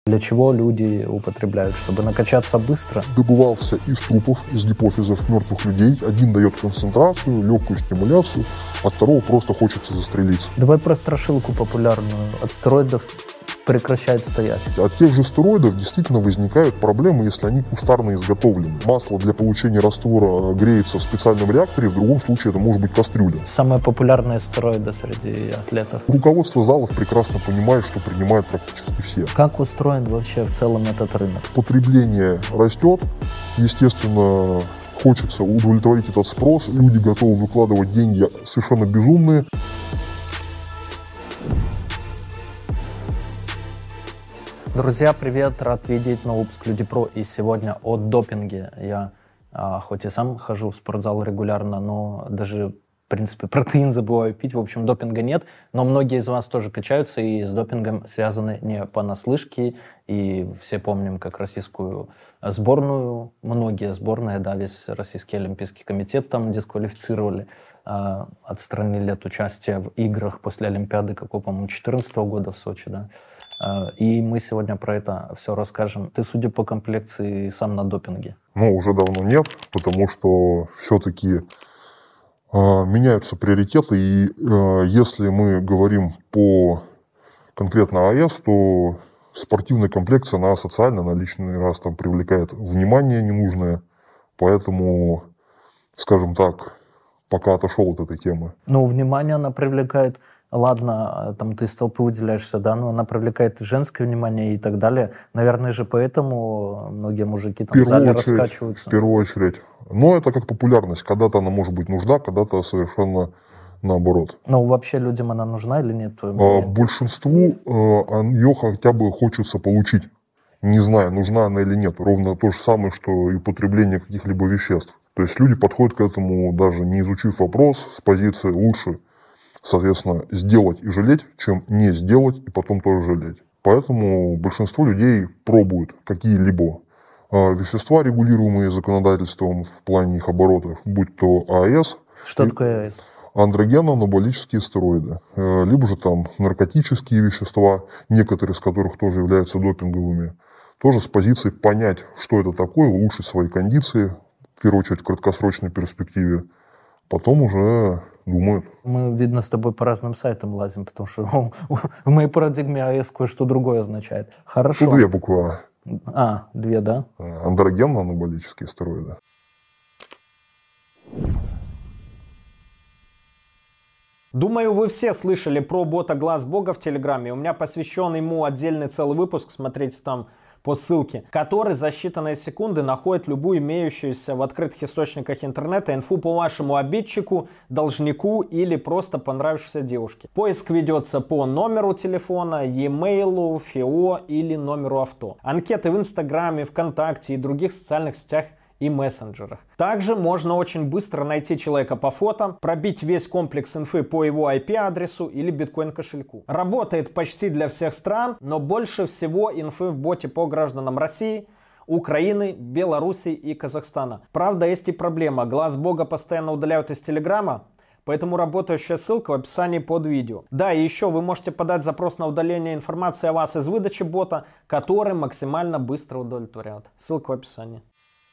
Для чего люди употребляют? Чтобы накачаться быстро? Добывался из трупов, из гипофизов мертвых людей. Один дает концентрацию, легкую стимуляцию, от второго просто хочется застрелиться. Давай про страшилку популярную. От стероидов прекращает стоять. От тех же стероидов действительно возникают проблемы, если они кустарно изготовлены. Масло для получения раствора греется в специальном реакторе, в другом случае это может быть кастрюля. Самые популярные стероиды среди атлетов. Руководство залов прекрасно понимает, что принимают практически все. Как устроен вообще в целом этот рынок? Потребление растет, естественно, хочется удовлетворить этот спрос, люди готовы выкладывать деньги совершенно безумные. Друзья, привет! Рад видеть новый выпуск Люди Про. И сегодня о допинге. Я хоть и сам хожу в спортзал регулярно, но даже, в принципе, протеин забываю пить. В общем, допинга нет. Но многие из вас тоже качаются и с допингом связаны не понаслышке. И все помним, как российскую сборную, многие сборные, да, весь Российский Олимпийский комитет там дисквалифицировали, отстранили от участия в играх после Олимпиады, какого, по-моему, 2014 года в Сочи, да. И мы сегодня про это все расскажем. Ты, судя по комплекции, сам на допинге? Ну, уже давно нет, потому что все-таки меняются приоритеты. И если мы говорим по конкретно АЭС, то спортивная комплекция, она социально, на личный раз там привлекает внимание ненужное. Поэтому, скажем так, пока отошел от этой темы. Ну, внимание она привлекает. Ладно, там ты из толпы выделяешься, да, но она привлекает женское внимание и так далее. Наверное же поэтому многие мужики там в зале раскачиваются. В первую очередь. Но это как популярность. Когда-то она может быть нужна, когда-то совершенно наоборот. Но вообще людям она нужна или нет? Большинству ее хотя бы хочется получить. Не знаю, нужна она или нет. Ровно то же самое, что и употребление каких-либо веществ. То есть люди подходят к этому, даже не изучив вопрос, с позиции лучше, соответственно, сделать и жалеть, чем не сделать и потом тоже жалеть. Поэтому большинство людей пробуют какие-либо вещества, регулируемые законодательством в плане их оборотов, будь то АЭС. Что такое АЭС? Андрогенно-анаболические стероиды. Либо же там наркотические вещества, некоторые из которых тоже являются допинговыми. Тоже с позиции понять, что это такое, улучшить свои кондиции, в первую очередь в краткосрочной перспективе. Потом уже думают. Мы, видно, с тобой по разным сайтам лазим, потому что в моей парадигме АЭС кое-что другое означает. Хорошо. Тут две буквы А. Две, да? Андрогенно-анаболические стероиды. Думаю, вы все слышали про бота Глаз Бога в Телеграме. У меня посвящен ему отдельный целый выпуск, смотрите там по ссылке, который за считанные секунды находит любую имеющуюся в открытых источниках интернета инфу по вашему обидчику, должнику или просто понравившейся девушке. Поиск ведется по номеру телефона, e-mail, ФИО или номеру авто. Анкеты в Инстаграме, ВКонтакте и других социальных сетях и мессенджерах. Также можно очень быстро найти человека по фото, пробить весь комплекс инфы по его IP-адресу или биткоин-кошельку. Работает почти для всех стран, но больше всего инфы в боте по гражданам России, Украины, Беларуси и Казахстана. Правда, есть и проблема. Глаз Бога постоянно удаляют из Телеграма, поэтому работающая ссылка в описании под видео. Да, и еще вы можете подать запрос на удаление информации о вас из выдачи бота, который максимально быстро удовлетворят. Ссылка в описании.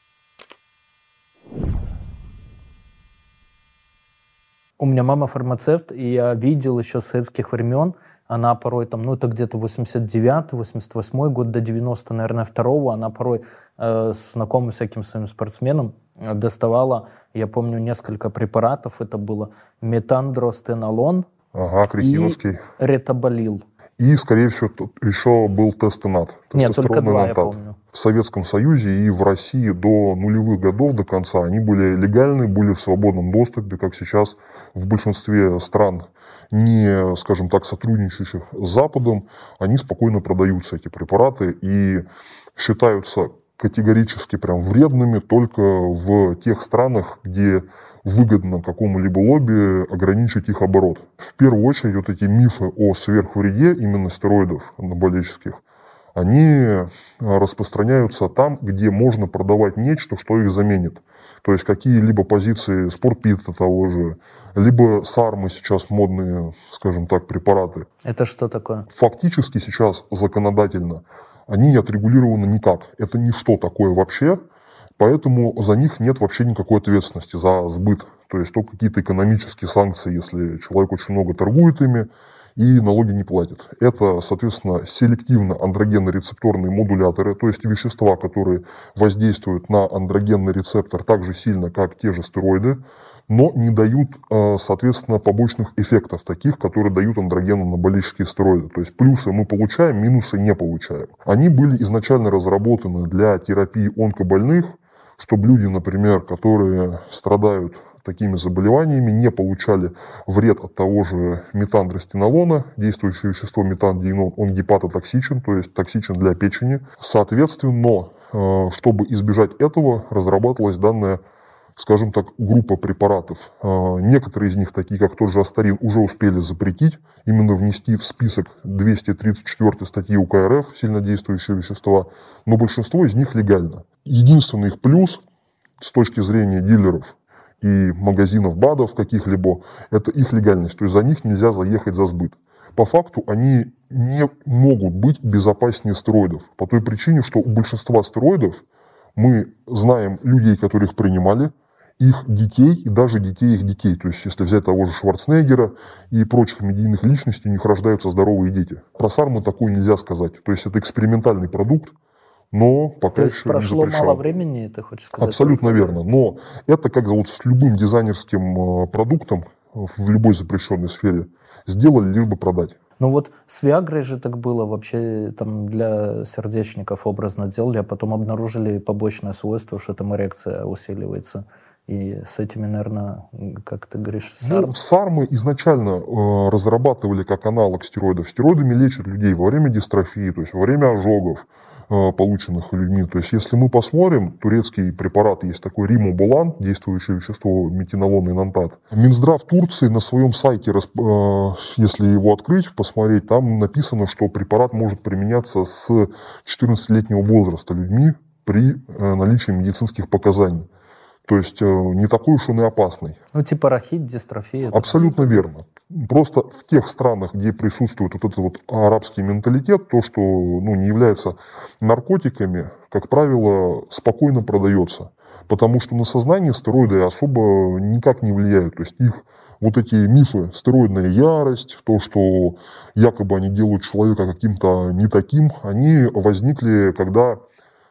У меня мама фармацевт, и я видел еще с советских времен, она порой там, ну это где-то 89-88 год, до 90, наверное, второго, она порой с знакомым всяким своим спортсменом доставала, я помню, несколько препаратов, это было метандростенолон Крихиновский. И ретаболил. И, скорее всего, еще был тестенат. Нет, только два, я помню. В Советском Союзе и в России до нулевых годов, до конца, они были легальны, были в свободном доступе, как сейчас в большинстве стран, не, скажем так, сотрудничающих с Западом, они спокойно продаются, эти препараты, и считаются категорически прям вредными только в тех странах, где выгодно какому-либо лобби ограничить их оборот. В первую очередь вот эти мифы о сверхвреде именно стероидов анаболических, они распространяются там, где можно продавать нечто, что их заменит. То есть какие-либо позиции спортпита того же, либо сармы сейчас модные, скажем так, препараты. Это что такое? Фактически сейчас законодательно они не отрегулированы никак. Это ничто такое вообще, поэтому за них нет вообще никакой ответственности за сбыт. То есть только какие-то экономические санкции, если человек очень много торгует ими и налоги не платит. Это, соответственно, селективно-андрогенно-рецепторные модуляторы, то есть вещества, которые воздействуют на андрогенный рецептор так же сильно, как те же стероиды, но не дают, соответственно, побочных эффектов, таких, которые дают андрогенно-анаболические стероиды. То есть плюсы мы получаем, минусы не получаем. Они были изначально разработаны для терапии онкобольных, чтобы люди, например, которые страдают такими заболеваниями, не получали вред от того же метандростенолона. Действующее вещество метандиенон, он гепатотоксичен, то есть токсичен для печени. Соответственно, чтобы избежать этого, разрабатывалась данная, скажем так, группа препаратов. Некоторые из них, такие как тот же астарин, уже успели запретить, именно внести в список 234 статьи УК РФ, сильнодействующие вещества, но большинство из них легально. Единственный их плюс с точки зрения дилеров и магазинов БАДов каких-либо, это их легальность, то есть за них нельзя заехать за сбыт. По факту они не могут быть безопаснее стероидов, по той причине, что у большинства стероидов мы знаем людей, которые их принимали, их детей и даже детей их детей. То есть, если взять того же Шварценеггера и прочих медийных личностей, у них рождаются здоровые дети. Про сармы такое нельзя сказать. То есть, это экспериментальный продукт, но пока еще не запрещен. Прошло мало времени, ты хочешь сказать? Абсолютно верно. Но это как вот с любым дизайнерским продуктом в любой запрещенной сфере. Сделали лишь бы продать. Ну вот с Виагрой же так было, вообще там для сердечников образно делали, а потом обнаружили побочное свойство, что там эрекция усиливается. И с этими, наверное, как ты говоришь, сармы? Сармы изначально разрабатывали как аналог стероидов. Стероидами лечат людей во время дистрофии, то есть во время ожогов, полученных людьми. То есть, если мы посмотрим, турецкий препарат, есть такой римобулан, действующее вещество метинолон и нантат. Минздрав Турции на своем сайте, если его открыть, посмотреть, там написано, что препарат может применяться с 14-летнего возраста людьми при наличии медицинских показаний. То есть не такой уж он и опасный. Ну, типа рахит, дистрофия. Абсолютно верно. Просто в тех странах, где присутствует вот этот вот арабский менталитет, то, что не является наркотиками, как правило, спокойно продается. Потому что на сознание стероиды особо никак не влияют. То есть их вот эти мифы, стероидная ярость, то, что якобы они делают человека каким-то не таким, они возникли, когда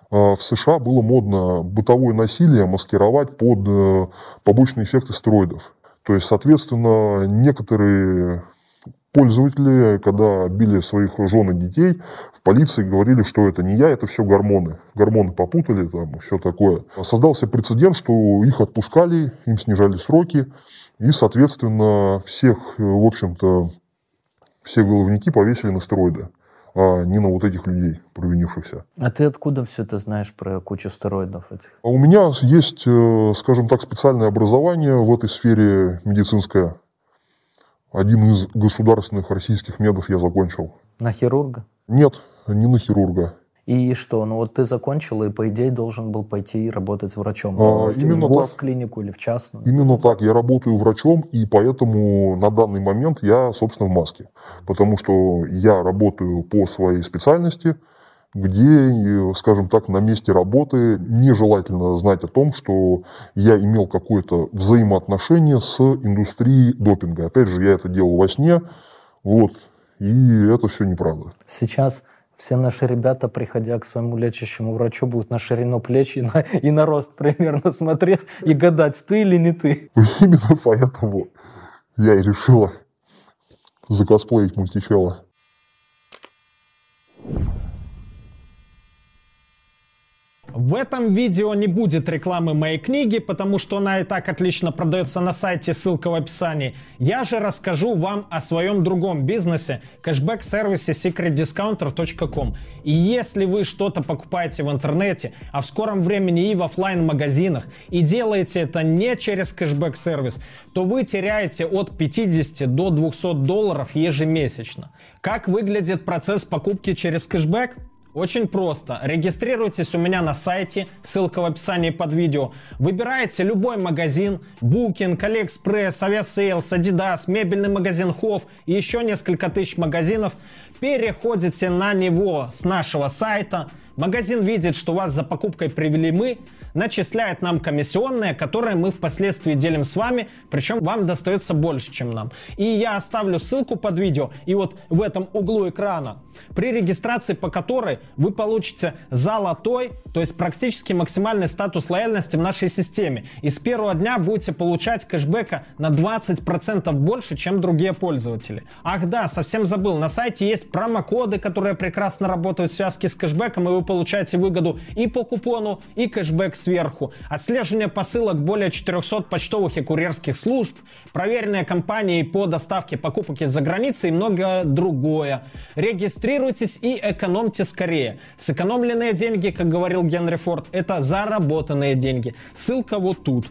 в США было модно бытовое насилие маскировать под побочные эффекты стероидов. То есть, соответственно, некоторые пользователи, когда били своих жен и детей, в полиции говорили, что это не я, это все гормоны. Гормоны попутали, там, и все такое. Создался прецедент, что их отпускали, им снижали сроки, и, соответственно, всех, в общем-то, все головники повесили на стероиды, а не на вот этих людей, провинившихся. А ты откуда все это знаешь про кучу стероидов этих? А у меня есть, скажем так, специальное образование в этой сфере медицинское. Один из государственных российских медов я закончил. На хирурга? Нет, не на хирурга. И что? Ну вот ты закончил и, по идее, должен был пойти работать врачом. В госклинику или в частную? Именно так. Я работаю врачом, и поэтому на данный момент я, собственно, в маске. Потому что я работаю по своей специальности, где, скажем так, на месте работы нежелательно знать о том, что я имел какое-то взаимоотношение с индустрией допинга. Опять же, я это делал во сне, вот, и это все неправда. Сейчас все наши ребята, приходя к своему лечащему врачу, будут на ширину плеч и на рост примерно смотреть и гадать, ты или не ты. Именно поэтому я и решила закосплеить мультичела. В этом видео не будет рекламы моей книги, потому что она и так отлично продается на сайте, ссылка в описании. Я же расскажу вам о своем другом бизнесе, кэшбэк-сервисе secretdiscounter.com. И если вы что-то покупаете в интернете, а в скором времени и в офлайн-магазинах, и делаете это не через кэшбэк-сервис, то вы теряете от 50 до 200 долларов ежемесячно. Как выглядит процесс покупки через кэшбэк? Очень просто. Регистрируйтесь у меня на сайте, ссылка в описании под видео. Выбираете любой магазин, Booking, AliExpress, Aviasales, Adidas, мебельный магазин Hof и еще несколько тысяч магазинов. Переходите на него с нашего сайта. Магазин видит, что вас за покупкой привели мы, начисляет нам комиссионные, которые мы впоследствии делим с вами, причем вам достается больше, чем нам. И я оставлю ссылку под видео, и вот в этом углу экрана, при регистрации по которой вы получите золотой, то есть практически максимальный статус лояльности в нашей системе. И с первого дня будете получать кэшбэка на 20% больше, чем другие пользователи. Ах да, совсем забыл, на сайте есть промокоды, которые прекрасно работают в связке с кэшбэком, и вы получаете выгоду и по купону, и кэшбэк сверху. Отслеживание посылок более 400 почтовых и курьерских служб, проверенные компании по доставке покупок из-за границы и многое другое. Регистрируйтесь и экономьте скорее. Сэкономленные деньги, как говорил Генри Форд, это заработанные деньги. Ссылка вот тут.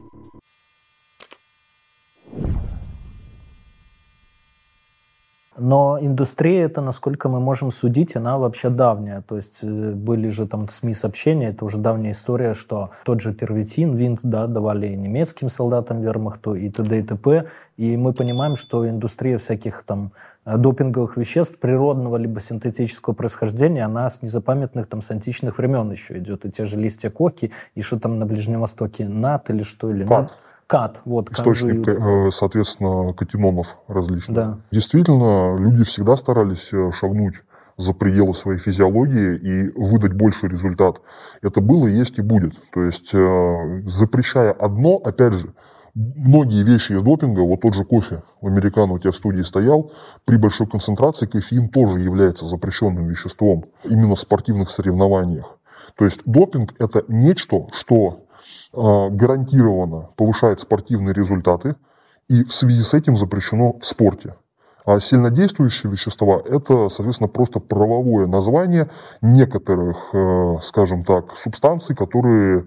Но индустрия, это, насколько мы можем судить, она вообще давняя. То есть были же там в СМИ сообщения, это уже давняя история, что тот же первитин, винт, да, давали немецким солдатам вермахту и т.д. и т.п. И мы понимаем, что индустрия всяких там допинговых веществ природного либо синтетического происхождения, она с незапамятных там с античных времен еще идет. И те же листья коки, и что там на Ближнем Востоке, нат или что, или нат. Кат, вот, источник, соответственно, катинонов различных. Да. Действительно, люди всегда старались шагнуть за пределы своей физиологии и выдать больший результат. Это было, есть и будет. То есть, запрещая одно, опять же, многие вещи из допинга, вот тот же кофе, американо у тебя в студии стоял, при большой концентрации кофеин тоже является запрещенным веществом, именно в спортивных соревнованиях. То есть допинг – это нечто, что гарантированно повышает спортивные результаты и в связи с этим запрещено в спорте. А сильнодействующие вещества – это, соответственно, просто правовое название некоторых, скажем так, субстанций, которые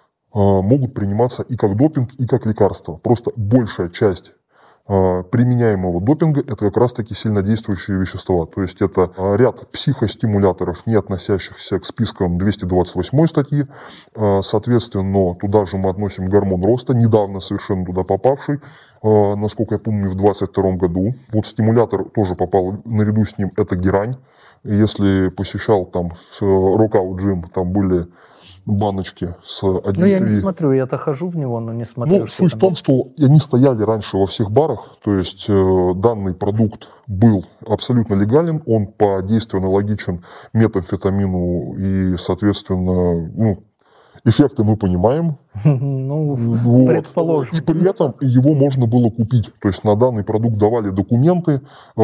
могут приниматься и как допинг, и как лекарство. Просто большая часть применяемого допинга – это как раз-таки сильнодействующие вещества. То есть это ряд психостимуляторов, не относящихся к спискам 228 статьи. Соответственно, туда же мы относим гормон роста, недавно совершенно туда попавший, насколько я помню, в 2022 году. Вот стимулятор тоже попал наряду с ним, это герань. Если посещал там Rockout Gym, там были баночки с 1,3. Ну, я не смотрю, я-то хожу в него, но не смотрю. Ну, суть в том, что они стояли раньше во всех барах, то есть данный продукт был абсолютно легален, он по действию аналогичен метамфетамину и, соответственно, ну, эффекты мы понимаем. Ну, вот. предположим. И при этом его можно было купить. То есть на данный продукт давали документы.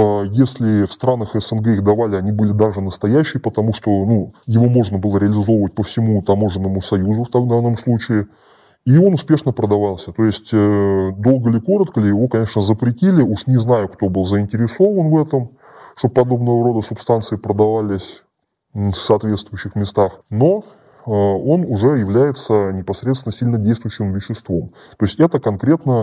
Если в странах СНГ их давали, они были даже настоящие, потому что ну, его можно было реализовывать по всему таможенному союзу в данном случае. И он успешно продавался. То есть долго ли, коротко ли, его, конечно, запретили. Уж не знаю, кто был заинтересован в этом, чтобы подобного рода субстанции продавались в соответствующих местах. Но он уже является непосредственно сильнодействующим веществом. То есть это конкретно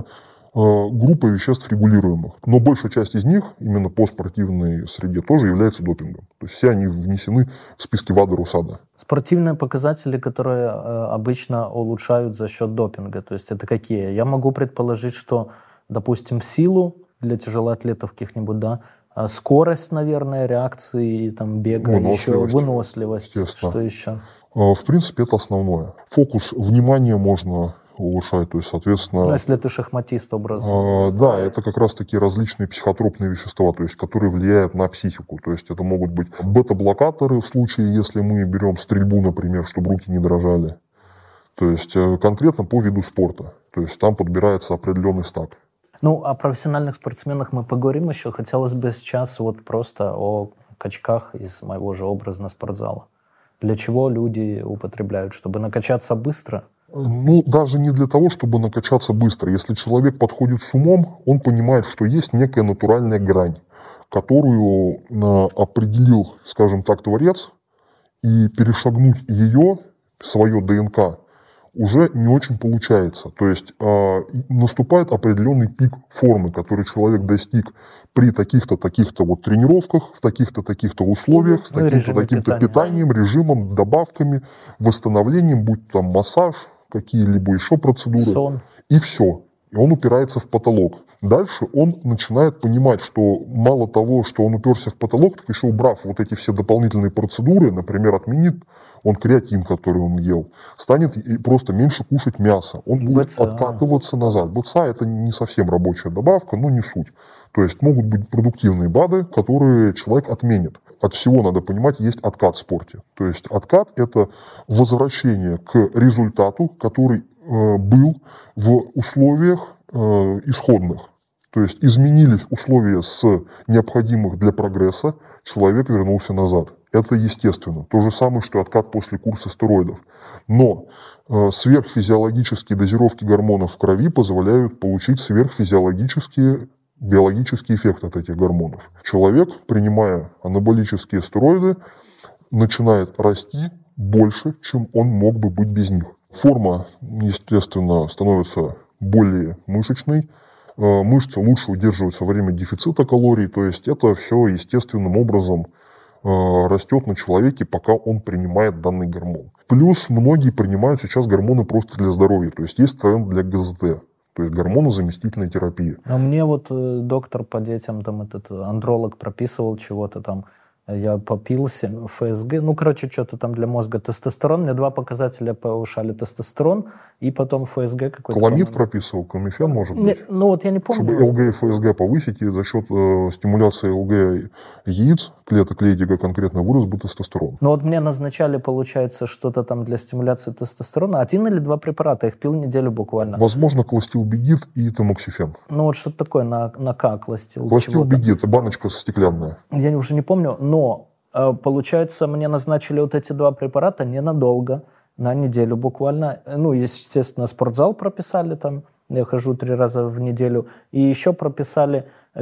группа веществ регулируемых. Но большая часть из них, именно по спортивной среде, тоже является допингом. То есть все они внесены в списки ВАДА-РУСАДА. Спортивные показатели, которые обычно улучшают за счет допинга, то есть это какие? Я могу предположить, что, допустим, силу для тяжелоатлетов каких-нибудь, да, скорость, наверное, реакции, там, бега, выносливость, что еще? В принципе, это основное. Фокус внимания можно улучшать, то есть, соответственно... Ну, если ты шахматист, образно. Да, это как раз-таки различные психотропные вещества, то есть, которые влияют на психику. То есть, это могут быть бета-блокаторы в случае, если мы берем стрельбу, например, чтобы руки не дрожали. То есть, конкретно по виду спорта. То есть, там подбирается определенный стак. Ну, о профессиональных спортсменах мы поговорим еще. Хотелось бы сейчас вот просто о качках из моего же образа спортзала. Для чего люди употребляют? Чтобы накачаться быстро? Ну, даже не для того, чтобы накачаться быстро. Если человек подходит с умом, он понимает, что есть некая натуральная грань, которую определил, скажем так, Творец, и перешагнуть ее, свое ДНК, уже не очень получается. То есть наступает определенный пик формы, который человек достиг при таких-то, таких-то вот тренировках, в таких-то, таких-то условиях, с таким-то, таким-то питанием, режимом, добавками, восстановлением, будь там массаж, какие-либо еще процедуры. Сон. И все. И он упирается в потолок. Дальше он начинает понимать, что мало того, что он уперся в потолок, так еще убрав вот эти все дополнительные процедуры, например, отменит он креатин, который он ел, станет просто меньше кушать мясо. Он будет откатываться назад. БЦА – это не совсем рабочая добавка, но не суть. То есть могут быть продуктивные БАДы, которые человек отменит. От всего, надо понимать, есть откат в спорте. То есть откат – это возвращение к результату, который был в условиях исходных. То есть изменились условия с необходимых для прогресса, человек вернулся назад. Это естественно. То же самое, что откат после курса стероидов. Но сверхфизиологические дозировки гормонов в крови позволяют получить сверхфизиологические биологический эффект от этих гормонов. Человек, принимая анаболические стероиды, начинает расти больше, чем он мог бы быть без них. Форма, естественно, становится более мышечной, мышцы лучше удерживаются во время дефицита калорий, то есть это все естественным образом растет на человеке, пока он принимает данный гормон. Плюс многие принимают сейчас гормоны просто для здоровья, то есть есть тренд для ГЗТ. То есть гормонозаместительная терапия. А мне вот доктор по детям, там этот андролог прописывал чего-то там. Я попил ФСГ, ну, короче, что-то там для мозга. Тестостерон, мне 2 показателя повышали. Тестостерон и потом ФСГ какой-то. Каламид прописывал, кломифен, может быть? Ну, вот я не помню. Чтобы ЛГ и ФСГ повысить, и за счет стимуляции ЛГ яиц, клеток Лейдига конкретно, вырос бы тестостерон. Ну, вот мне назначали, получается, что-то там для стимуляции тестостерона. 1 или 2 препарата, я их пил неделю буквально. Возможно, кластилбегид и тамоксифен. Ну, вот что-то такое на К кластил. Кластилбегид, это баночка стеклянная. Я уже не помню, но получается, мне назначили вот эти 2 препарата ненадолго, на неделю буквально. Ну, естественно, спортзал прописали там, я хожу 3 раза в неделю. И еще прописали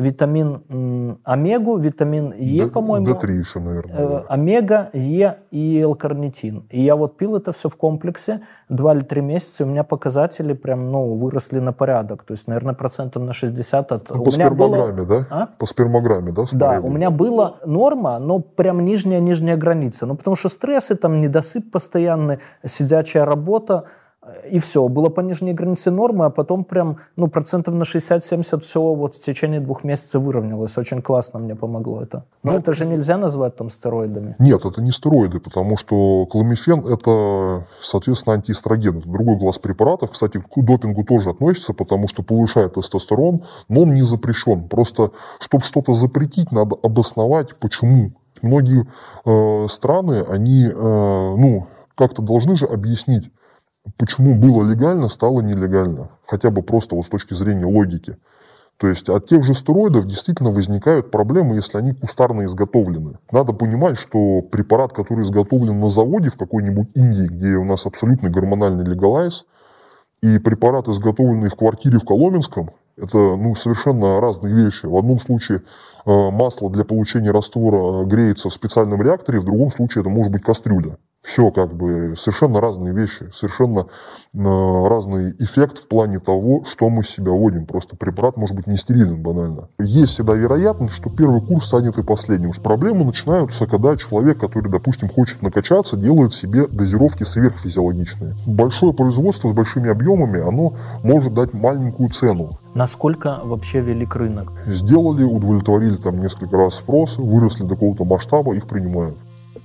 витамин омегу, витамин Е, по-моему. D3 еще, наверное. Омега, Е и L-карнитин. И я вот пил это все в комплексе 2 или 3 месяца, и у меня показатели прям, ну, выросли на порядок. То есть, наверное, процентов на 60 от... Ну, по спермограмме, да? А? По спермограмме, да? Да, у меня была норма, но прям нижняя граница. Ну, потому что стрессы, там, недосып постоянный, сидячая работа. И все, было по нижней границе нормы, а потом прям, ну, процентов на 60-70 всего вот в течение 2 месяцев выровнялось. Очень классно мне помогло это. Но это же нельзя назвать там стероидами. Нет, это не стероиды, потому что кломифен – это, соответственно, антиэстроген. Это другой класс препаратов. Кстати, к допингу тоже относится, потому что повышает тестостерон, но он не запрещен. Просто, чтобы что-то запретить, надо обосновать, почему. Многие страны, они, ну, как-то должны же объяснить, почему было легально, стало нелегально. Хотя бы просто вот с точки зрения логики. То есть от тех же стероидов действительно возникают проблемы, если они кустарно изготовлены. Надо понимать, что препарат, который изготовлен на заводе в какой-нибудь Индии, где у нас абсолютно гормональный легалайз, и препарат, изготовленный в квартире в Коломенском, это, ну, совершенно разные вещи. В одном случае масло для получения раствора греется в специальном реакторе, в другом случае это может быть кастрюля. Все как бы совершенно разные вещи, совершенно разный эффект в плане того, что мы с себя вводим. Просто препарат может быть не стерилен банально. Есть всегда вероятность, что первый курс станет и последним. Проблемы начинаются, когда человек, который, допустим, хочет накачаться, делает себе дозировки сверхфизиологичные. Большое производство с большими объемами, оно может дать маленькую цену. Насколько вообще велик рынок? Сделали, удовлетворили там несколько раз спрос, выросли до какого-то масштаба, их принимают.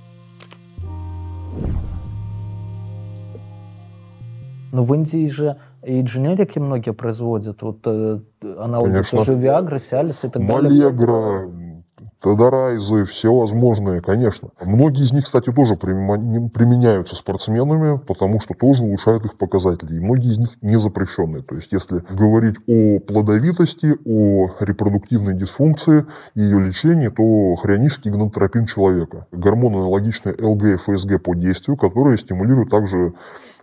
Но в Индии же и дженерики многие производят. Вот аналоги, конечно, тоже Виагры, Сиалиса и так далее. Малегра, Тодорайзы, все возможные, конечно. Многие из них, кстати, тоже применяются спортсменами, потому что тоже улучшают их показатели. И многие из них не запрещенные. То есть, если говорить о плодовитости, о репродуктивной дисфункции и ее лечении, то хорионический гонадотропин человека. Гормон, аналогичный ЛГ и ФСГ по действию, которые стимулируют также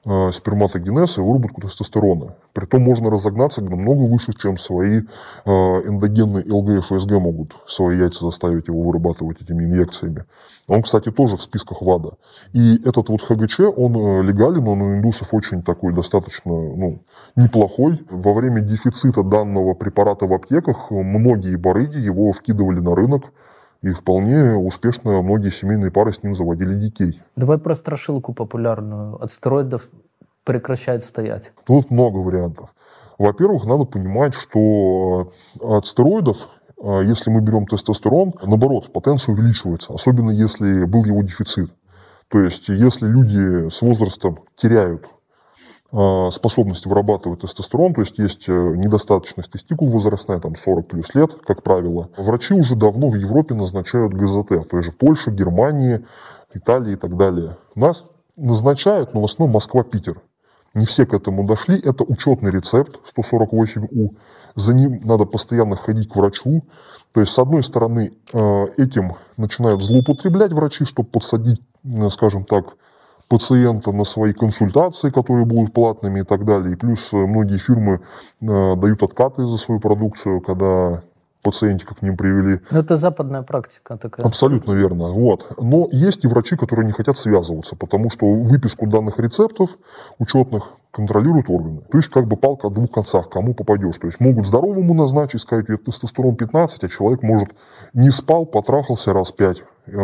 сперматогенез и выработку тестостерона. Притом можно разогнаться намного выше, чем свои эндогенные ЛГ и ФСГ могут свои яйца заставить его вырабатывать этими инъекциями. Он, кстати, тоже в списках ВАДА. И этот вот ХГЧ, он легален, он у индусов очень такой достаточно неплохой. Во время дефицита данного препарата в аптеках многие барыги его вкидывали на рынок, и вполне успешно многие семейные пары с ним заводили детей. Давай про страшилку популярную. От стероидов прекращает стоять. Тут много вариантов. Во-первых, надо понимать, что от стероидов, если мы берем тестостерон, наоборот, потенция увеличивается, особенно если был его дефицит. То есть, если люди с возрастом теряют способность вырабатывать тестостерон, то есть есть недостаточность тестикул возрастная, там 40 плюс лет, как правило. Врачи уже давно в Европе назначают ГЗТ, в той же Польше, Германии, Италии и так далее. Нас назначают, но в основном Москва-Питер. Не все к этому дошли. Это учетный рецепт 148У. За ним надо постоянно ходить к врачу. То есть, с одной стороны, этим начинают злоупотреблять врачи, чтобы подсадить, скажем так, пациента на свои консультации, которые будут платными и так далее. И плюс многие фирмы дают откаты за свою продукцию, когда пациентика к ним привели. Это западная практика такая. Абсолютно верно. Вот. Но есть и врачи, которые не хотят связываться, потому что выписку данных рецептов учетных контролируют органы. То есть как бы палка о двух концах, кому попадешь. То есть могут здоровому назначить, сказать, у тебя тестостерон 15, а человек, может, не спал, потрахался раз 5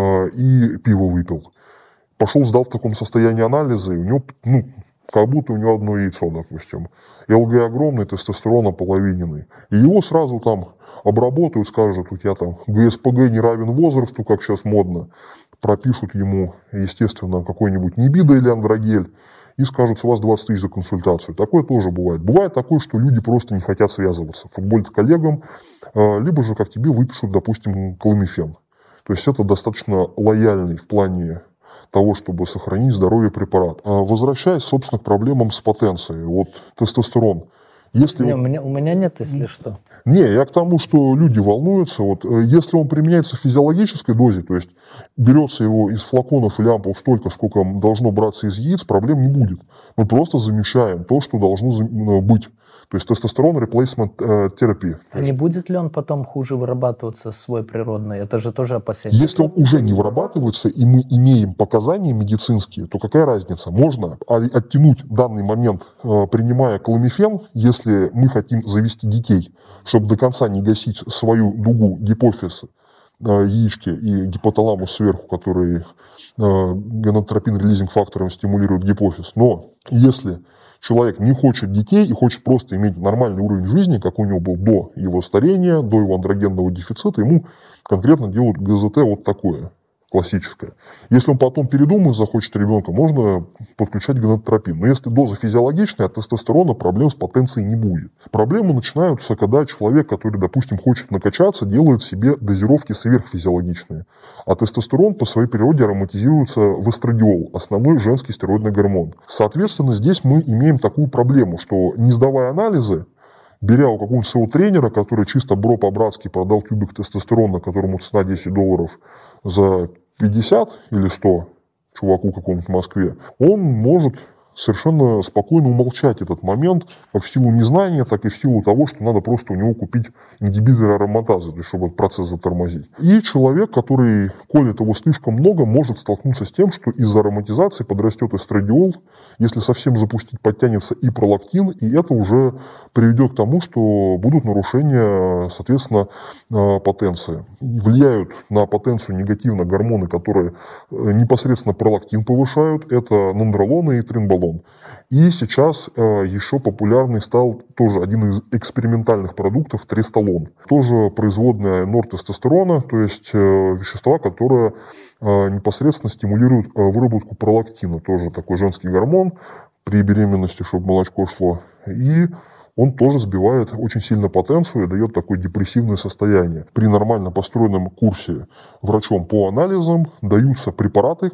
и пиво выпил. Пошел, сдал в таком состоянии анализы, и у него, как будто у него одно яйцо, допустим. ЛГ огромный, тестостерон ополовиненный. И его сразу там обработают, скажут, у тебя там ГСПГ не равен возрасту, как сейчас модно. Пропишут ему, естественно, какой-нибудь Нибида или Андрогель. И скажут, с вас 20 тысяч за консультацию. Такое тоже бывает. Бывает такое, что люди просто не хотят связываться. Футболит коллегам, либо же, как тебе, выпишут, допустим, кламифен. То есть это достаточно лояльный в плане того, чтобы сохранить здоровье препарат. Возвращаясь, собственно, к проблемам с потенцией. Вот тестостерон. Если у меня нет, если что. Не, я к тому, что люди волнуются. Вот, если он применяется в физиологической дозе, то есть берется его из флаконов или ампул столько, сколько должно браться из яиц, проблем не будет. Мы просто замещаем то, что должно быть. То есть тестостерон replacement терапия. А не будет ли он потом хуже вырабатываться свой природный? Это же тоже опасение. Если он уже не вырабатывается, и мы имеем показания медицинские, то какая разница? Можно оттянуть данный момент, принимая кламифен, если мы хотим завести детей, чтобы до конца не гасить свою дугу гипофиз, яички и гипоталамус сверху, который гонадотропин-релизинг фактором стимулирует гипофиз. Но если человек не хочет детей и хочет просто иметь нормальный уровень жизни, как у него был до его старения, до его андрогенного дефицита, ему конкретно делают ГЗТ вот такое, классическое. Если он потом передумает, захочет ребенка, можно подключать гонадотропин. Но если доза физиологичная, от тестостерона проблем с потенцией не будет. Проблемы начинаются, когда человек, который, допустим, хочет накачаться, делает себе дозировки сверхфизиологичные. А тестостерон по своей природе ароматизируется в эстрадиол, основной женский стероидный гормон. Соответственно, здесь мы имеем такую проблему, что не сдавая анализы, беря у какого-нибудь своего тренера, который чисто бро по-братски продал тюбик тестостерона, которому цена $10 за 50 или 100 чуваку какому-нибудь в Москве, он может совершенно спокойно умолчать этот момент, как в силу незнания, так и в силу того, что надо просто у него купить ингибитор ароматазы, чтобы этот процесс затормозить. И человек, который колет его слишком много, может столкнуться с тем, что из-за ароматизации подрастет эстрадиол, если совсем запустить, подтянется и пролактин, и это уже приведет к тому, что будут нарушения, соответственно, потенции. Влияют на потенцию негативно гормоны, которые непосредственно пролактин повышают, это нандролоны и тринболон. И сейчас еще популярный стал тоже один из экспериментальных продуктов трестолон. Тоже производная нортестостерона, то есть вещества, которые непосредственно стимулируют выработку пролактина. Тоже такой женский гормон при беременности, чтобы молочко шло. И он тоже сбивает очень сильно потенцию и дает такое депрессивное состояние. При нормально построенном курсе врачом по анализам даются препараты,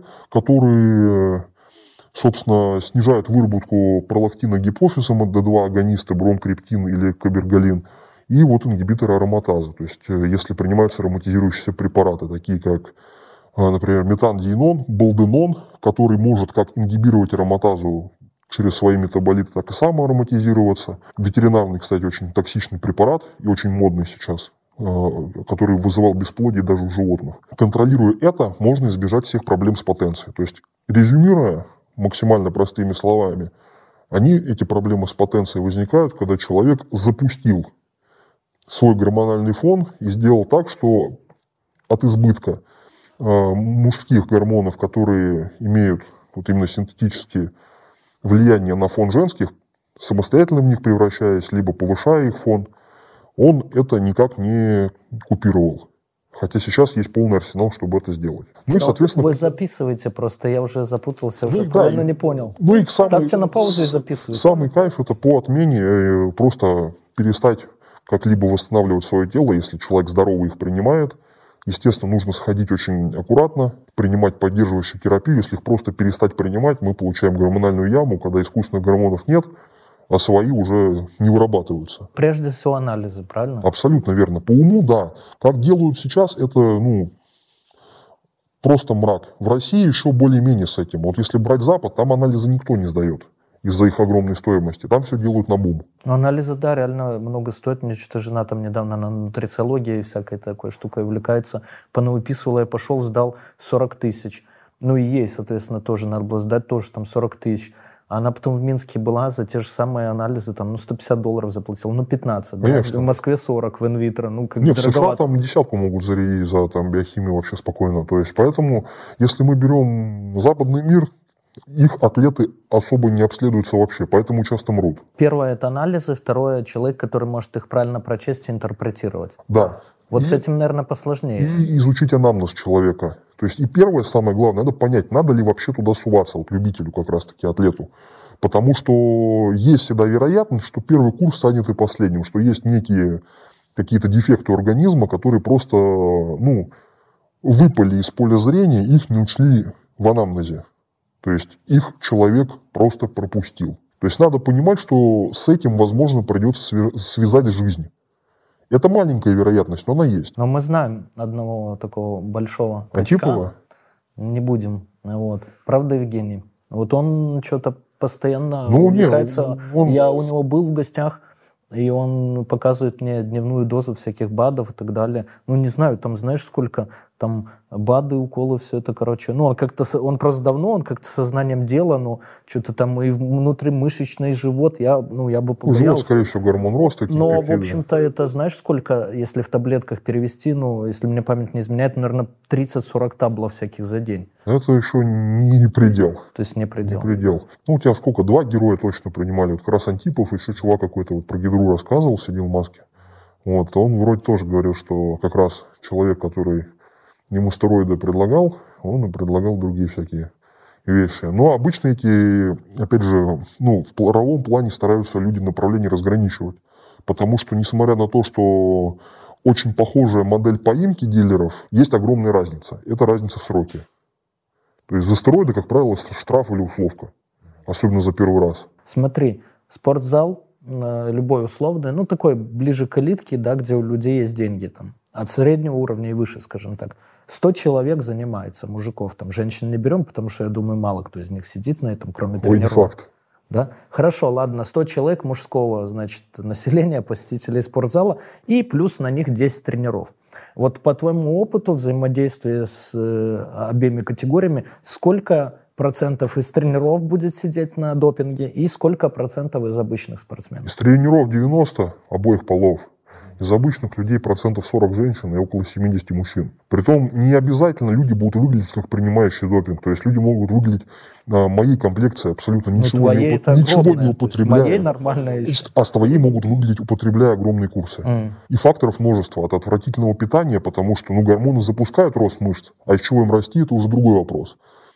которые, собственно, снижают выработку пролактина гипофизом, D2 агонисты, бромкриптин или кабергалин, и вот ингибиторы ароматазы. То есть, если принимаются ароматизирующиеся препараты, такие как, например, метандиенон, болденон, который может как ингибировать ароматазу через свои метаболиты, так и самоароматизироваться. Ветеринарный, кстати, очень токсичный препарат и очень модный сейчас, который вызывал бесплодие даже у животных. Контролируя это, можно избежать всех проблем с потенцией. То есть, резюмируя максимально простыми словами, эти проблемы с потенцией возникают, когда человек запустил свой гормональный фон и сделал так, что от избытка мужских гормонов, которые имеют вот именно синтетические влияния на фон женских, самостоятельно в них превращаясь, либо повышая их фон, он это никак не купировал. Хотя сейчас есть полный арсенал, чтобы это сделать. Ну и, соответственно... Вы записываете просто, я уже запутался, уже правильно не понял. Ну и ставьте на паузу и записывайте. Самый кайф — это по отмене просто перестать как-либо восстанавливать свое тело, если человек здоровый их принимает. Естественно, нужно сходить очень аккуратно, принимать поддерживающую терапию. Если их просто перестать принимать, мы получаем гормональную яму, когда искусственных гормонов нет, а свои уже не вырабатываются. Прежде всего анализы, правильно? Абсолютно верно. По уму, да. Как делают сейчас, это просто мрак. В России еще более-менее с этим. Вот если брать Запад, там анализы никто не сдает из-за их огромной стоимости. Там все делают на бум. Но анализы, да, реально много стоят. Мне что-то жена там недавно на нутрициологии всякой такой штукой увлекается. Понавыписывала, я пошел, сдал 40 тысяч. Ну и ей, соответственно, тоже надо было сдать, тоже там 40 тысяч. Она потом в Минске была, за те же самые анализы, там, $150 заплатила, 15. Да? В Москве 40, в инвитро. Нет, в США там десятку могут зарядить за биохимию вообще спокойно. То есть, поэтому, если мы берем западный мир, их атлеты особо не обследуются вообще, поэтому часто мрут. Первое — это анализы, второе — человек, который может их правильно прочесть и интерпретировать. Да. Вот с этим, наверное, посложнее. И изучить анамнез человека. То есть и первое, самое главное, надо понять, надо ли вообще туда суваться, вот любителю как раз-таки, атлету. Потому что есть всегда вероятность, что первый курс станет и последним, что есть некие какие-то дефекты организма, которые просто выпали из поля зрения, их не учли в анамнезе. То есть их человек просто пропустил. То есть надо понимать, что с этим, возможно, придется связать жизнь. Это маленькая вероятность, но она есть. Но мы знаем одного такого большого Антипова? Не будем. Вот. Правда, Евгений? Вот он что-то постоянно увлекается. Я у него был в гостях, и он показывает мне дневную дозу всяких БАДов и так далее. Ну, не знаю, там знаешь, сколько там БАДы, уколы, все это, короче. Ну, он просто давно, он как-то сознанием дела, но что-то там и внутримышечный живот, я бы побоялся. Живот, скорее всего, гормон роста. Но, в общем-то, это, знаешь, сколько, если в таблетках перевести, если мне память не изменяет, наверное, 30-40 таблов всяких за день. Это еще не предел. То есть не предел. Не предел. Ну, у тебя сколько? 2 героя точно принимали. Вот как раз Антипов, еще чувак какой-то вот про гидру рассказывал, сидел в маске. Вот, он вроде тоже говорил, что как раз человек, который ему стероиды предлагал, он и предлагал другие всякие вещи. Но обычно эти, опять же, в правовом плане стараются люди направления разграничивать. Потому что, несмотря на то, что очень похожая модель поимки дилеров, есть огромная разница. Это разница в сроке. То есть за стероиды, как правило, штраф или условка. Особенно за первый раз. Смотри, спортзал, любой условный, такой ближе к элитке, да, где у людей есть деньги там. От среднего уровня и выше, скажем так. 100 человек занимается, мужиков, там, женщин не берем, потому что, я думаю, мало кто из них сидит на этом, кроме тренеров. Не факт. Да? Хорошо, ладно, 100 человек мужского, значит, населения, посетителей спортзала, и плюс на них 10 тренеров. Вот по твоему опыту взаимодействия с обеими категориями, сколько процентов из тренеров будет сидеть на допинге и сколько процентов из обычных спортсменов? Из тренеров 90 обоих полов. Из обычных людей 40% женщин и около 70 мужчин. Притом не обязательно люди будут выглядеть как принимающие допинг. То есть люди могут выглядеть моей комплекции абсолютно ничего не употребляя. Моей нормальная. А с твоей могут выглядеть, употребляя огромные курсы. И факторов множество. От отвратительного питания, потому что гормоны запускают рост мышц, а из чего им расти, это уже другой вопрос.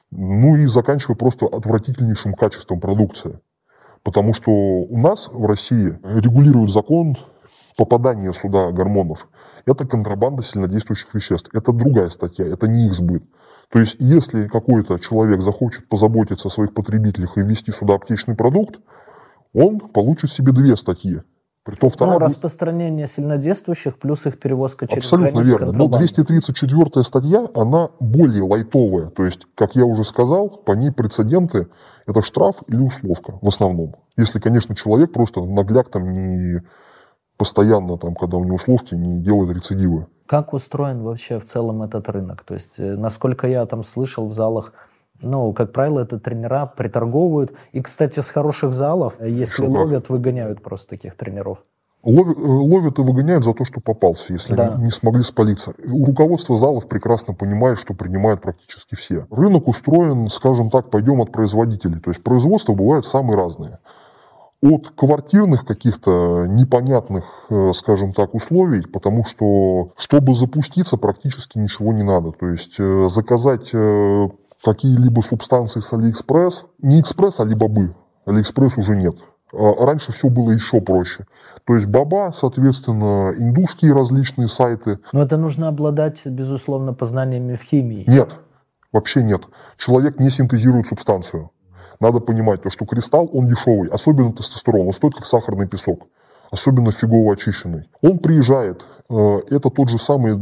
И заканчивая просто отвратительнейшим качеством продукции. Потому что у нас в России регулирует закон попадание сюда гормонов. Это контрабанда сильнодействующих веществ. Это другая статья, это не их сбыт. То есть, если какой-то человек захочет позаботиться о своих потребителях и ввести сюда аптечный продукт, он получит себе 2 статьи. Притом вторая... распространение сильнодействующих плюс их перевозка через абсолютно границу верно. Но 234 статья, она более лайтовая. То есть, как я уже сказал, по ней прецеденты – это штраф или условка в основном. Если, конечно, человек просто нагляк там не постоянно, там, когда у него условки, не делает рецидивы. Как устроен вообще в целом этот рынок? То есть, насколько я там слышал в залах, ну, как правило, это тренера приторговывают. И, кстати, с хороших залов, если ловят, выгоняют просто таких тренеров. Ловят и выгоняют за то, что попался, если не смогли спалиться. У руководства залов прекрасно понимает, что принимают практически все. Рынок устроен, скажем так, пойдем от производителей. То есть производства бывают самые разные. От квартирных каких-то непонятных, скажем так, условий, потому что, чтобы запуститься, практически ничего не надо. То есть заказать какие-либо субстанции с Алиэкспресс, не Экспресс, а Алибабы. Алиэкспресс уже нет. Раньше все было еще проще. То есть Баба, соответственно, индусские различные сайты. Но это нужно обладать, безусловно, познаниями в химии. Нет, вообще нет. Человек не синтезирует субстанцию. Надо понимать, то, что кристалл, он дешевый, особенно тестостерон, он стоит как сахарный песок, особенно фигово очищенный. Он приезжает, это тот же самый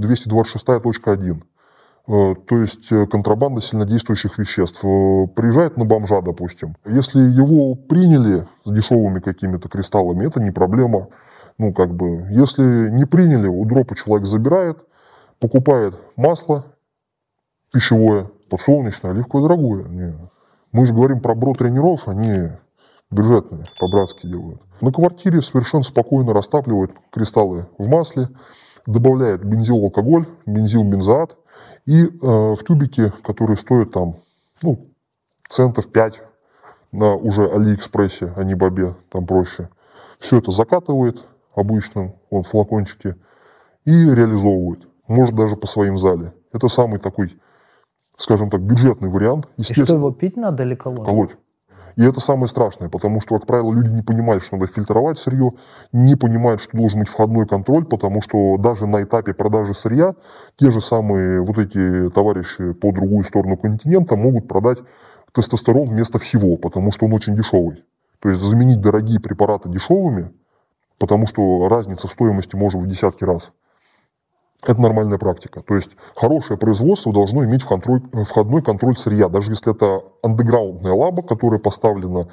226.1. То есть контрабанда сильнодействующих веществ. Приезжает на бомжа, допустим. Если его приняли с дешевыми какими-то кристаллами, это не проблема. Ну, как бы, если не приняли, у дропа человек забирает, покупает масло пищевое, подсолнечное, оливковое дорогое. Мы же говорим про бро-тренеров, они бюджетные, по-братски делают. На квартире совершенно спокойно растапливают кристаллы в масле, добавляет бензил-алкоголь, бензил-бензоат, и в тюбике, которые стоят там, ну, центов 5 на уже Алиэкспрессе, а не Бабе, там проще. Все это закатывает обычно, в флакончике, и реализовывает. Может даже по своим зале. Это самый такой, скажем так, бюджетный вариант. И что, его пить надо или колоть? Колоть. И это самое страшное, потому что, как правило, люди не понимают, что надо фильтровать сырье, не понимают, что должен быть входной контроль, потому что даже на этапе продажи сырья те же самые вот эти товарищи по другую сторону континента могут продать тестостерон вместо всего, потому что он очень дешевый. То есть заменить дорогие препараты дешевыми, потому что разница в стоимости может в десятки раз. Это нормальная практика. То есть хорошее производство должно иметь входной контроль сырья. Даже если это андеграундная лаба, которая поставлена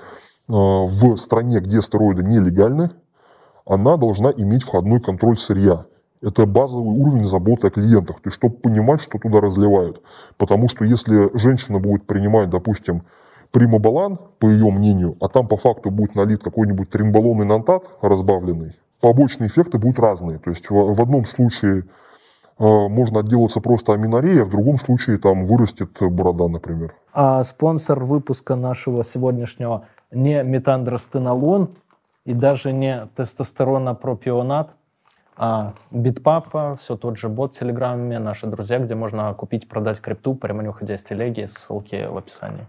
в стране, где стероиды нелегальны, она должна иметь входной контроль сырья. Это базовый уровень заботы о клиентах. То есть, чтобы понимать, что туда разливают. Потому что если женщина будет принимать, допустим, примобалан, по ее мнению, а там по факту будет налит какой-нибудь тринбалон и нантат разбавленный, побочные эффекты будут разные. То есть в одном случае можно отделаться просто аминореей, а в другом случае там вырастет борода, например. А спонсор выпуска нашего сегодняшнего не метандростенолон и даже не тестостеронопропионат, а Bitpapa, все тот же бот в Телеграме, наши друзья, где можно купить, продать крипту, прямо не уходя из телеги, ссылки в описании.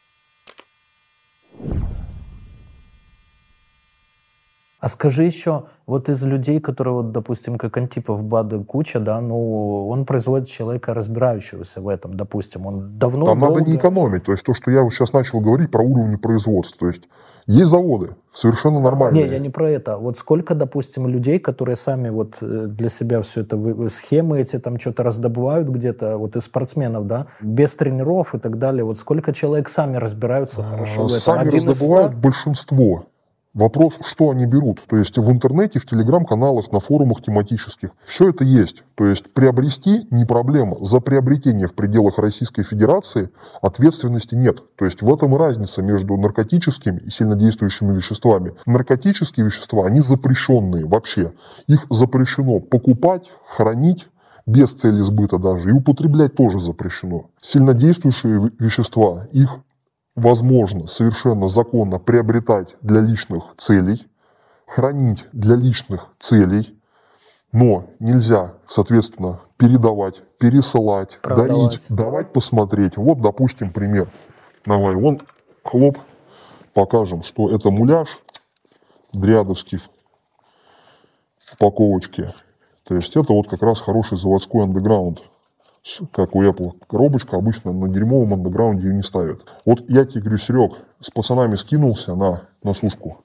А скажи еще, вот из людей, которые, вот, допустим, как Антипов, БАДы куча, да, ну, он производит человека, разбирающегося в этом, допустим, он давно, там долго... надо не экономить, то есть то, что я вот сейчас начал говорить про уровни производства, то есть есть заводы, совершенно нормальные. Не, я не про это. Вот сколько, допустим, людей, которые сами вот для себя все это, схемы эти там что-то раздобывают где-то, вот из спортсменов, да, без тренеров и так далее, вот сколько человек сами разбираются хорошо в этом? Сами раздобывают большинство. Вопрос, что они берут. То есть в интернете, в телеграм-каналах, на форумах тематических. Все это есть. То есть приобрести не проблема. За приобретение в пределах Российской Федерации ответственности нет. То есть в этом и разница между наркотическими и сильнодействующими веществами. Наркотические вещества, они запрещенные вообще. Их запрещено покупать, хранить, без цели сбыта даже, и употреблять тоже запрещено. Сильнодействующие вещества, их возможно совершенно законно приобретать для личных целей, хранить для личных целей, но нельзя, соответственно, передавать, пересылать, дарить, давать посмотреть. Вот, допустим, пример. Давай, вон, хлоп, покажем, что это муляж дриадовский в упаковочке. То есть это вот как раз хороший заводской андеграунд. Как у Apple коробочка, обычно на дерьмовом андеграунде ее не ставят. Вот я тебе говорю, Серег, с пацанами скинулся на сушку.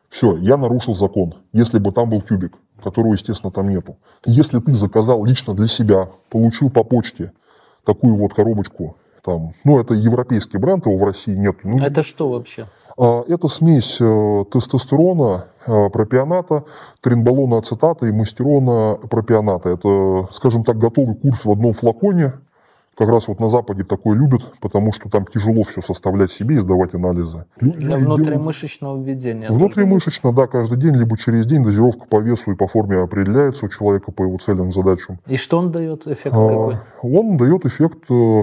Все, я нарушил закон, если бы там был тюбик, которого, естественно, там нету. Если ты заказал лично для себя, получил по почте такую вот коробочку, там, ну, это европейский бренд, его в России нет. Ну, Это что вообще? это смесь тестостерона, пропионата, тренболона ацетата и мастерона пропионата. Это, скажем так, готовый курс в одном флаконе. Как раз вот на Западе такое любят, потому что там тяжело все составлять себе и сдавать анализы. Для внутримышечного введения. Внутримышечно, да, каждый день, либо через день дозировка по весу и по форме определяется у человека по его целям, задачам. И что он дает? Эффект какой? Он дает эффект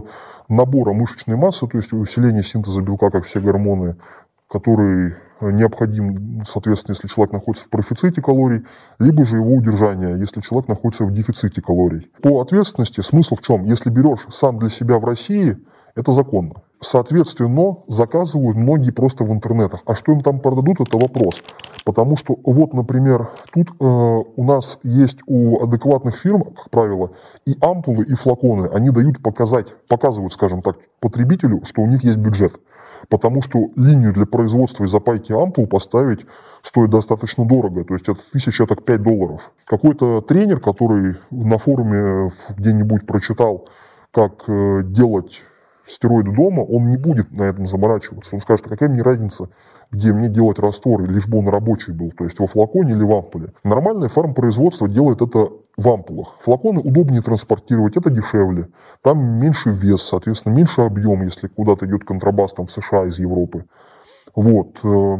набора мышечной массы, то есть усиления синтеза белка, как все гормоны, который необходим, соответственно, если человек находится в профиците калорий, либо же его удержание, если человек находится в дефиците калорий. По ответственности смысл в чем? Если берешь сам для себя в России, это законно. Соответственно, заказывают многие просто в интернетах. А что им там продадут, это вопрос. Потому что, вот, например, тут у нас есть у адекватных фирм, как правило, и ампулы, и флаконы. Они дают показывают, скажем так, потребителю, что у них есть бюджет. Потому что линию для производства и запайки ампул поставить стоит достаточно дорого. То есть это 1000, так $5. Какой-то тренер, который на форуме где-нибудь прочитал, как делать стероиды дома, он не будет на этом заморачиваться. Он скажет, а какая мне разница, где мне делать раствор, лишь бы он рабочий был, то есть во флаконе или в ампуле. Нормальное фармпроизводство делает это в ампулах. Флаконы удобнее транспортировать, это дешевле. Там меньше вес, соответственно, меньше объем, если куда-то идет контрабас там, в США из Европы. Вот.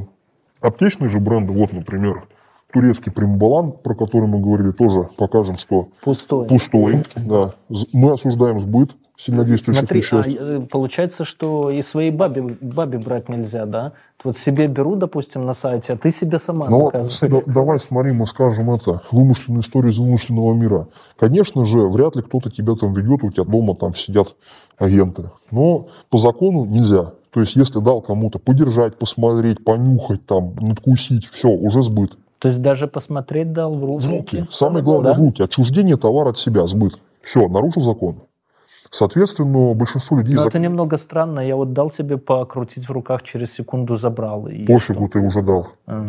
Аптечные же бренды, вот, например, турецкий Примбалан, про который мы говорили, тоже покажем, что пустой. Да. Мы осуждаем сбыт сильнодействующих веществ. Получается, что и своей бабе брать нельзя, да? Вот себе беру, допустим, на сайте, а ты себе сама заказываешь. Давай, смотри, мы скажем это, вымышленную историю из вымышленного мира. Конечно же, вряд ли кто-то тебя там ведет, у тебя дома там сидят агенты. Но по закону нельзя. То есть, если дал кому-то подержать, посмотреть, понюхать, там, надкусить, все, уже сбыт. То есть, даже посмотреть дал в руки? Самое главное, в руки. Отчуждение товара от себя, сбыт. Все, нарушил закон. Соответственно, большинство людей... Но это немного странно. Я вот дал тебе покрутить в руках, через секунду забрал. И пофигу, ты уже дал.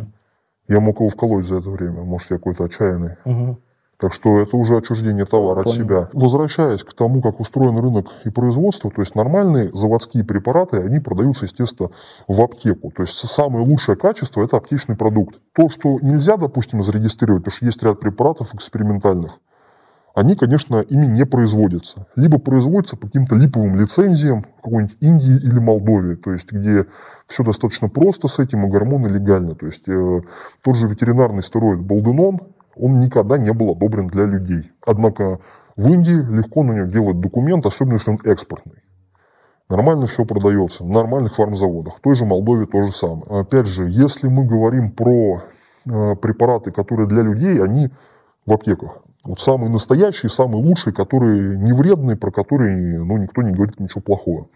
Я мог его вколоть за это время. Может, я какой-то отчаянный. Так что это уже отчуждение товара от себя. Возвращаясь к тому, как устроен рынок и производство, то есть нормальные заводские препараты, они продаются, естественно, в аптеку. То есть самое лучшее качество – это аптечный продукт. То, что нельзя, допустим, зарегистрировать, потому что есть ряд препаратов экспериментальных, они, конечно, ими не производятся. Либо производятся по каким-то липовым лицензиям в какой-нибудь Индии или Молдове, то есть где все достаточно просто с этим, и гормоны легальны. То есть тот же ветеринарный стероид Болденон, он никогда не был одобрен для людей. Однако в Индии легко на него делать документ, особенно если он экспортный. Нормально все продается на нормальных фармзаводах. В той же Молдове то же самое. Опять же, если мы говорим про препараты, которые для людей, они в аптеках. Вот самые настоящие, самые лучшие, которые не вредные, про которые никто не говорит ничего плохого.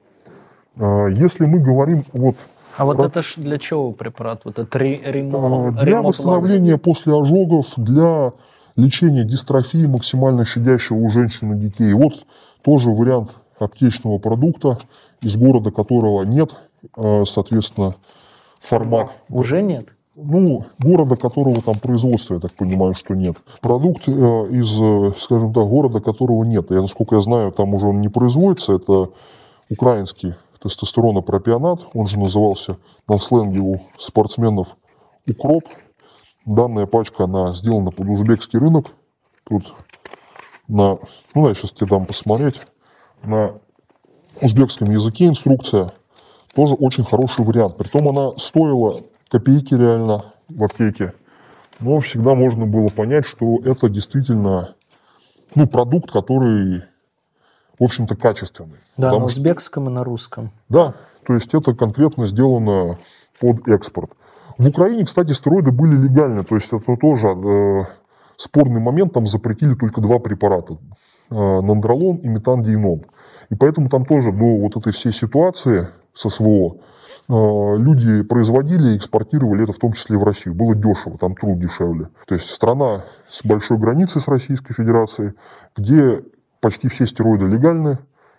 Если мы говорим вот... А вот это ж для чего препарат? Вот это для восстановления после ожогов, для лечения дистрофии, максимально щадящего у женщин и детей. Вот тоже вариант аптечного продукта, из города которого нет, соответственно, фармак. Уже нет? Города, которого там производства, я так понимаю, что нет. Продукт из, скажем так, города, которого нет. Насколько я знаю, там уже он не производится. Это украинский тестостеронопропионат. Он же назывался на сленге у спортсменов укроп. Данная пачка, она сделана под узбекский рынок. Тут я сейчас тебе дам посмотреть. На узбекском языке инструкция. Тоже очень хороший вариант. Притом она стоила копейки реально в аптеке. Но всегда можно было понять, что это действительно продукт, который, в общем-то, катественный. Да, на узбекском и на русском. Да, то есть это конкретно сделано под экспорт. В Украине, кстати, стероиды были легальны. То есть это тоже спорный момент. Там запретили только 2 препарата. Нандролон и метандиенон. И поэтому там тоже до вот этой всей ситуации со СВО люди производили и экспортировали это в том числе в Россию. Было дешево, там труд дешевле. То есть страна с большой границей с Российской Федерацией, где почти все стероиды легальны,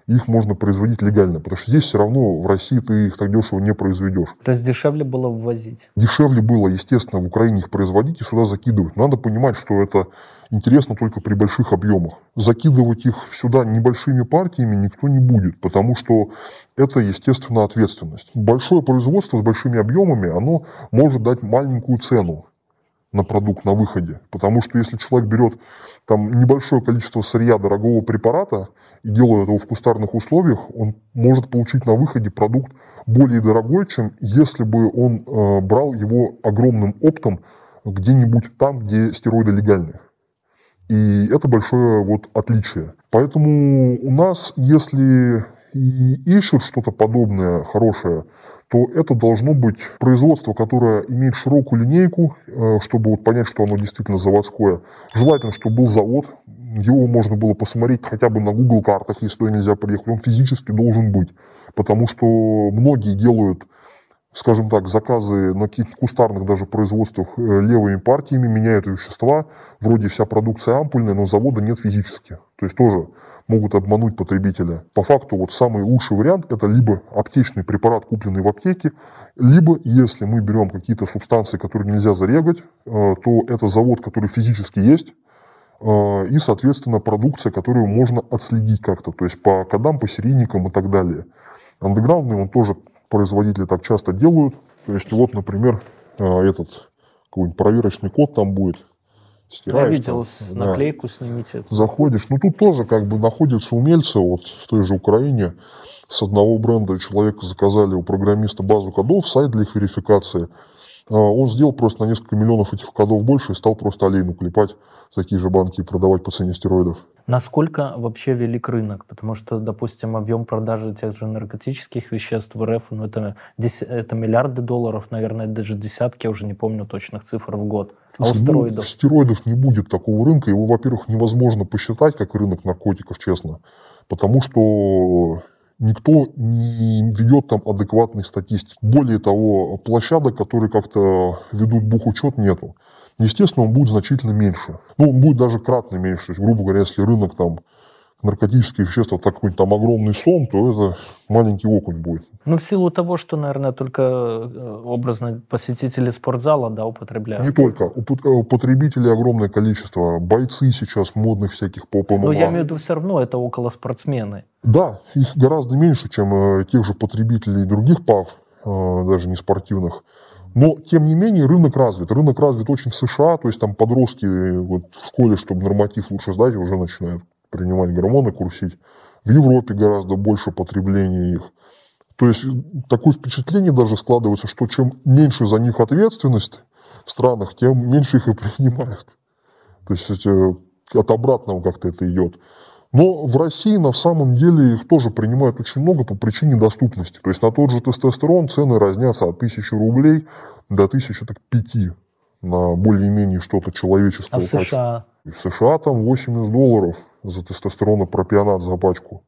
их можно производить легально, потому что здесь все равно в России ты их так дешево не произведешь. То есть дешевле было ввозить? Дешевле было, естественно, в Украине их производить и сюда закидывать. Надо понимать, что это интересно только при больших объемах. Закидывать их сюда небольшими партиями никто не будет, потому что это, естественно, ответственность. Большое производство с большими объемами, оно может дать маленькую цену на продукт на выходе. Потому что если человек берет там небольшое количество сырья дорогого препарата и делает его в кустарных условиях, он может получить на выходе продукт более дорогой, чем если бы он брал его огромным оптом где-нибудь там, где стероиды легальные. И это большое вот отличие. Поэтому у нас, если и ищут что-то подобное, хорошее, то это должно быть производство, которое имеет широкую линейку, чтобы вот понять, что оно действительно заводское. Желательно, чтобы был завод, его можно было посмотреть хотя бы на Google картах, если туда нельзя приехать, он физически должен быть. Потому что многие делают, скажем так, заказы на каких-то кустарных даже производствах левыми партиями, меняют вещества, вроде вся продукция ампульная, но завода нет физически. То есть тоже могут обмануть потребителя. По факту вот самый лучший вариант это либо аптечный препарат, купленный в аптеке, либо если мы берем какие-то субстанции, которые нельзя зарегать, то это завод, который физически есть, и, соответственно, продукция, которую можно отследить как-то, то есть по кодам, по серийникам и так далее. Андеграундный он тоже производители так часто делают. То есть вот, например, этот какой-нибудь проверочный код там будет. Стираешь, я видел, наклейку снимите. Заходишь. Ну, тут тоже как бы находятся умельцы. Вот в той же Украине с одного бренда человека заказали у программиста базу кодов, сайт для их верификации. Он сделал просто на несколько миллионов этих кодов больше и стал просто олейну клепать в такие же банки и продавать по цене стероидов. Насколько вообще велик рынок? Потому что, допустим, объем продажи тех же наркотических веществ в РФ, ну, это миллиарды долларов, наверное, даже десятки, я уже не помню точных цифр в год. Слушай, а у стероидов? Стероидов не будет такого рынка. Его, во-первых, невозможно посчитать, как рынок наркотиков, честно. Потому что никто не ведет там адекватной статистики. Более того, площадок, которые как-то ведут бухучет, нету. Естественно, он будет значительно меньше. Ну, он будет даже кратно меньше. То есть, грубо говоря, если рынок там наркотических веществ вот такой там огромный сом, то это маленький окунь будет. Ну, в силу того, что, наверное, только образно посетители спортзала, да, употребляют. Не только. Потребителей огромное количество. Бойцы сейчас модных всяких по ММА. Но я имею в виду, все равно это около спортсмены. Да, их гораздо меньше, чем тех же потребителей других ПАВ, даже не спортивных. Но, тем не менее, рынок развит. Рынок развит очень в США, то есть там подростки вот, в школе, чтобы норматив лучше сдать, уже начинают принимать гормоны, курсить. В Европе гораздо больше потребления их. То есть такое впечатление даже складывается, что чем меньше за них ответственность в странах, тем меньше их и принимают. То есть от обратного как-то это идет. Но в России на самом деле их тоже принимают очень много по причине доступности. То есть на тот же тестостерон цены разнятся от 1000 рублей до 1005 на более-менее что-то человеческое. А в США? В США там $80 за тестостеронопропионат за пачку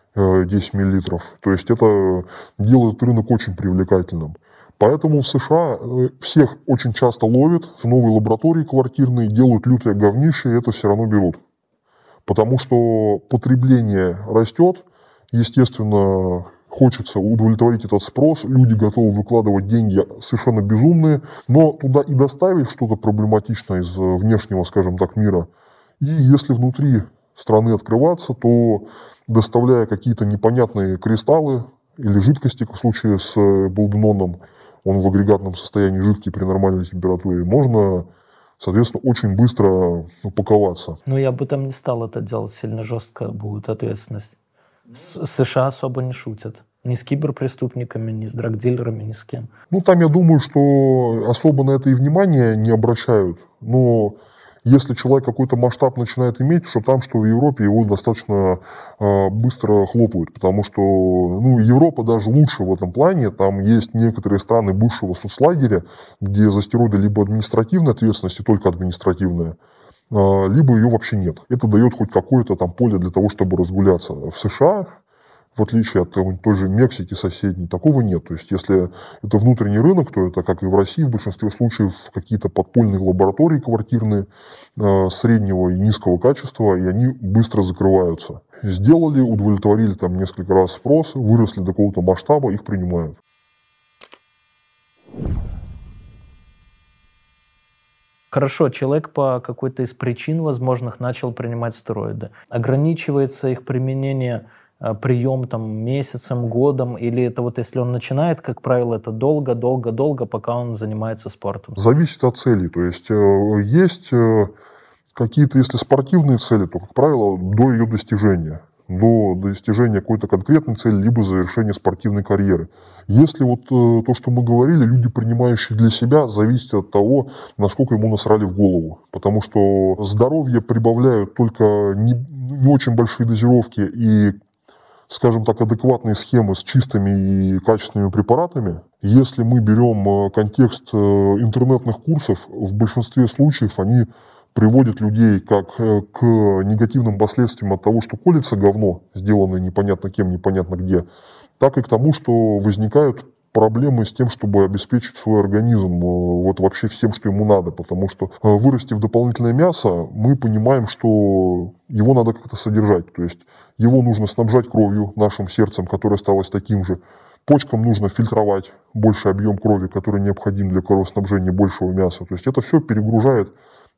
10 миллилитров. То есть это делает рынок очень привлекательным. Поэтому в США всех очень часто ловят в новые лаборатории квартирные, делают лютое говнище, и это все равно берут. Потому что потребление растет, естественно, хочется удовлетворить этот спрос, люди готовы выкладывать деньги совершенно безумные, но туда и доставить что-то проблематичное из внешнего, скажем так, мира. И если внутри страны открываться, то доставляя какие-то непонятные кристаллы или жидкости, как в случае с болденоном, он в агрегатном состоянии жидкий при нормальной температуре, можно, соответственно, очень быстро упаковаться. Но я бы там не стал это делать, сильно жестко будет ответственность. США особо не шутят. Ни с киберпреступниками, ни с драгдилерами, ни с кем. Ну, там, я думаю, что особо на это и внимание не обращают. Но если человек какой-то масштаб начинает иметь, что там, что в Европе, его достаточно быстро хлопают. Потому что Европа даже лучше в этом плане. Там есть некоторые страны бывшего соцлагеря, где за стероиды либо административная ответственность, и только административная, либо ее вообще нет. Это дает хоть какое-то там поле для того, чтобы разгуляться. В США, в отличие от той же Мексики соседней, такого нет. То есть, если это внутренний рынок, то это, как и в России, в большинстве случаев какие-то подпольные лаборатории квартирные среднего и низкого качества, и они быстро закрываются. Сделали, удовлетворили там несколько раз спрос, выросли до какого-то масштаба, их принимают. Хорошо, человек по какой-то из причин возможных начал принимать стероиды. Ограничивается их применение, прием там месяцем, годом, или это вот если он начинает, как правило, это долго, пока он занимается спортом? Зависит от целей. То есть есть какие-то, если спортивные цели, то, как правило, до ее достижения. До достижения какой-то конкретной цели, либо завершения спортивной карьеры. Если вот то, что мы говорили, люди, принимающие для себя, зависит от того, насколько ему насрали в голову. Потому что здоровье прибавляют только не очень большие дозировки и, скажем так, адекватные схемы с чистыми и качественными препаратами. Если мы берем контекст интернетных курсов, в большинстве случаев они приводит людей как к негативным последствиям от того, что колется говно, сделанное непонятно кем, непонятно где, так и к тому, что возникают проблемы с тем, чтобы обеспечить свой организм вот вообще всем, что ему надо. Потому что, вырастив дополнительное мясо, мы понимаем, что его надо как-то содержать. То есть его нужно снабжать кровью, нашим сердцем, которое осталось таким же. Почкам нужно фильтровать больший объем крови, который необходим для кровоснабжения большего мяса. То есть это все перегружает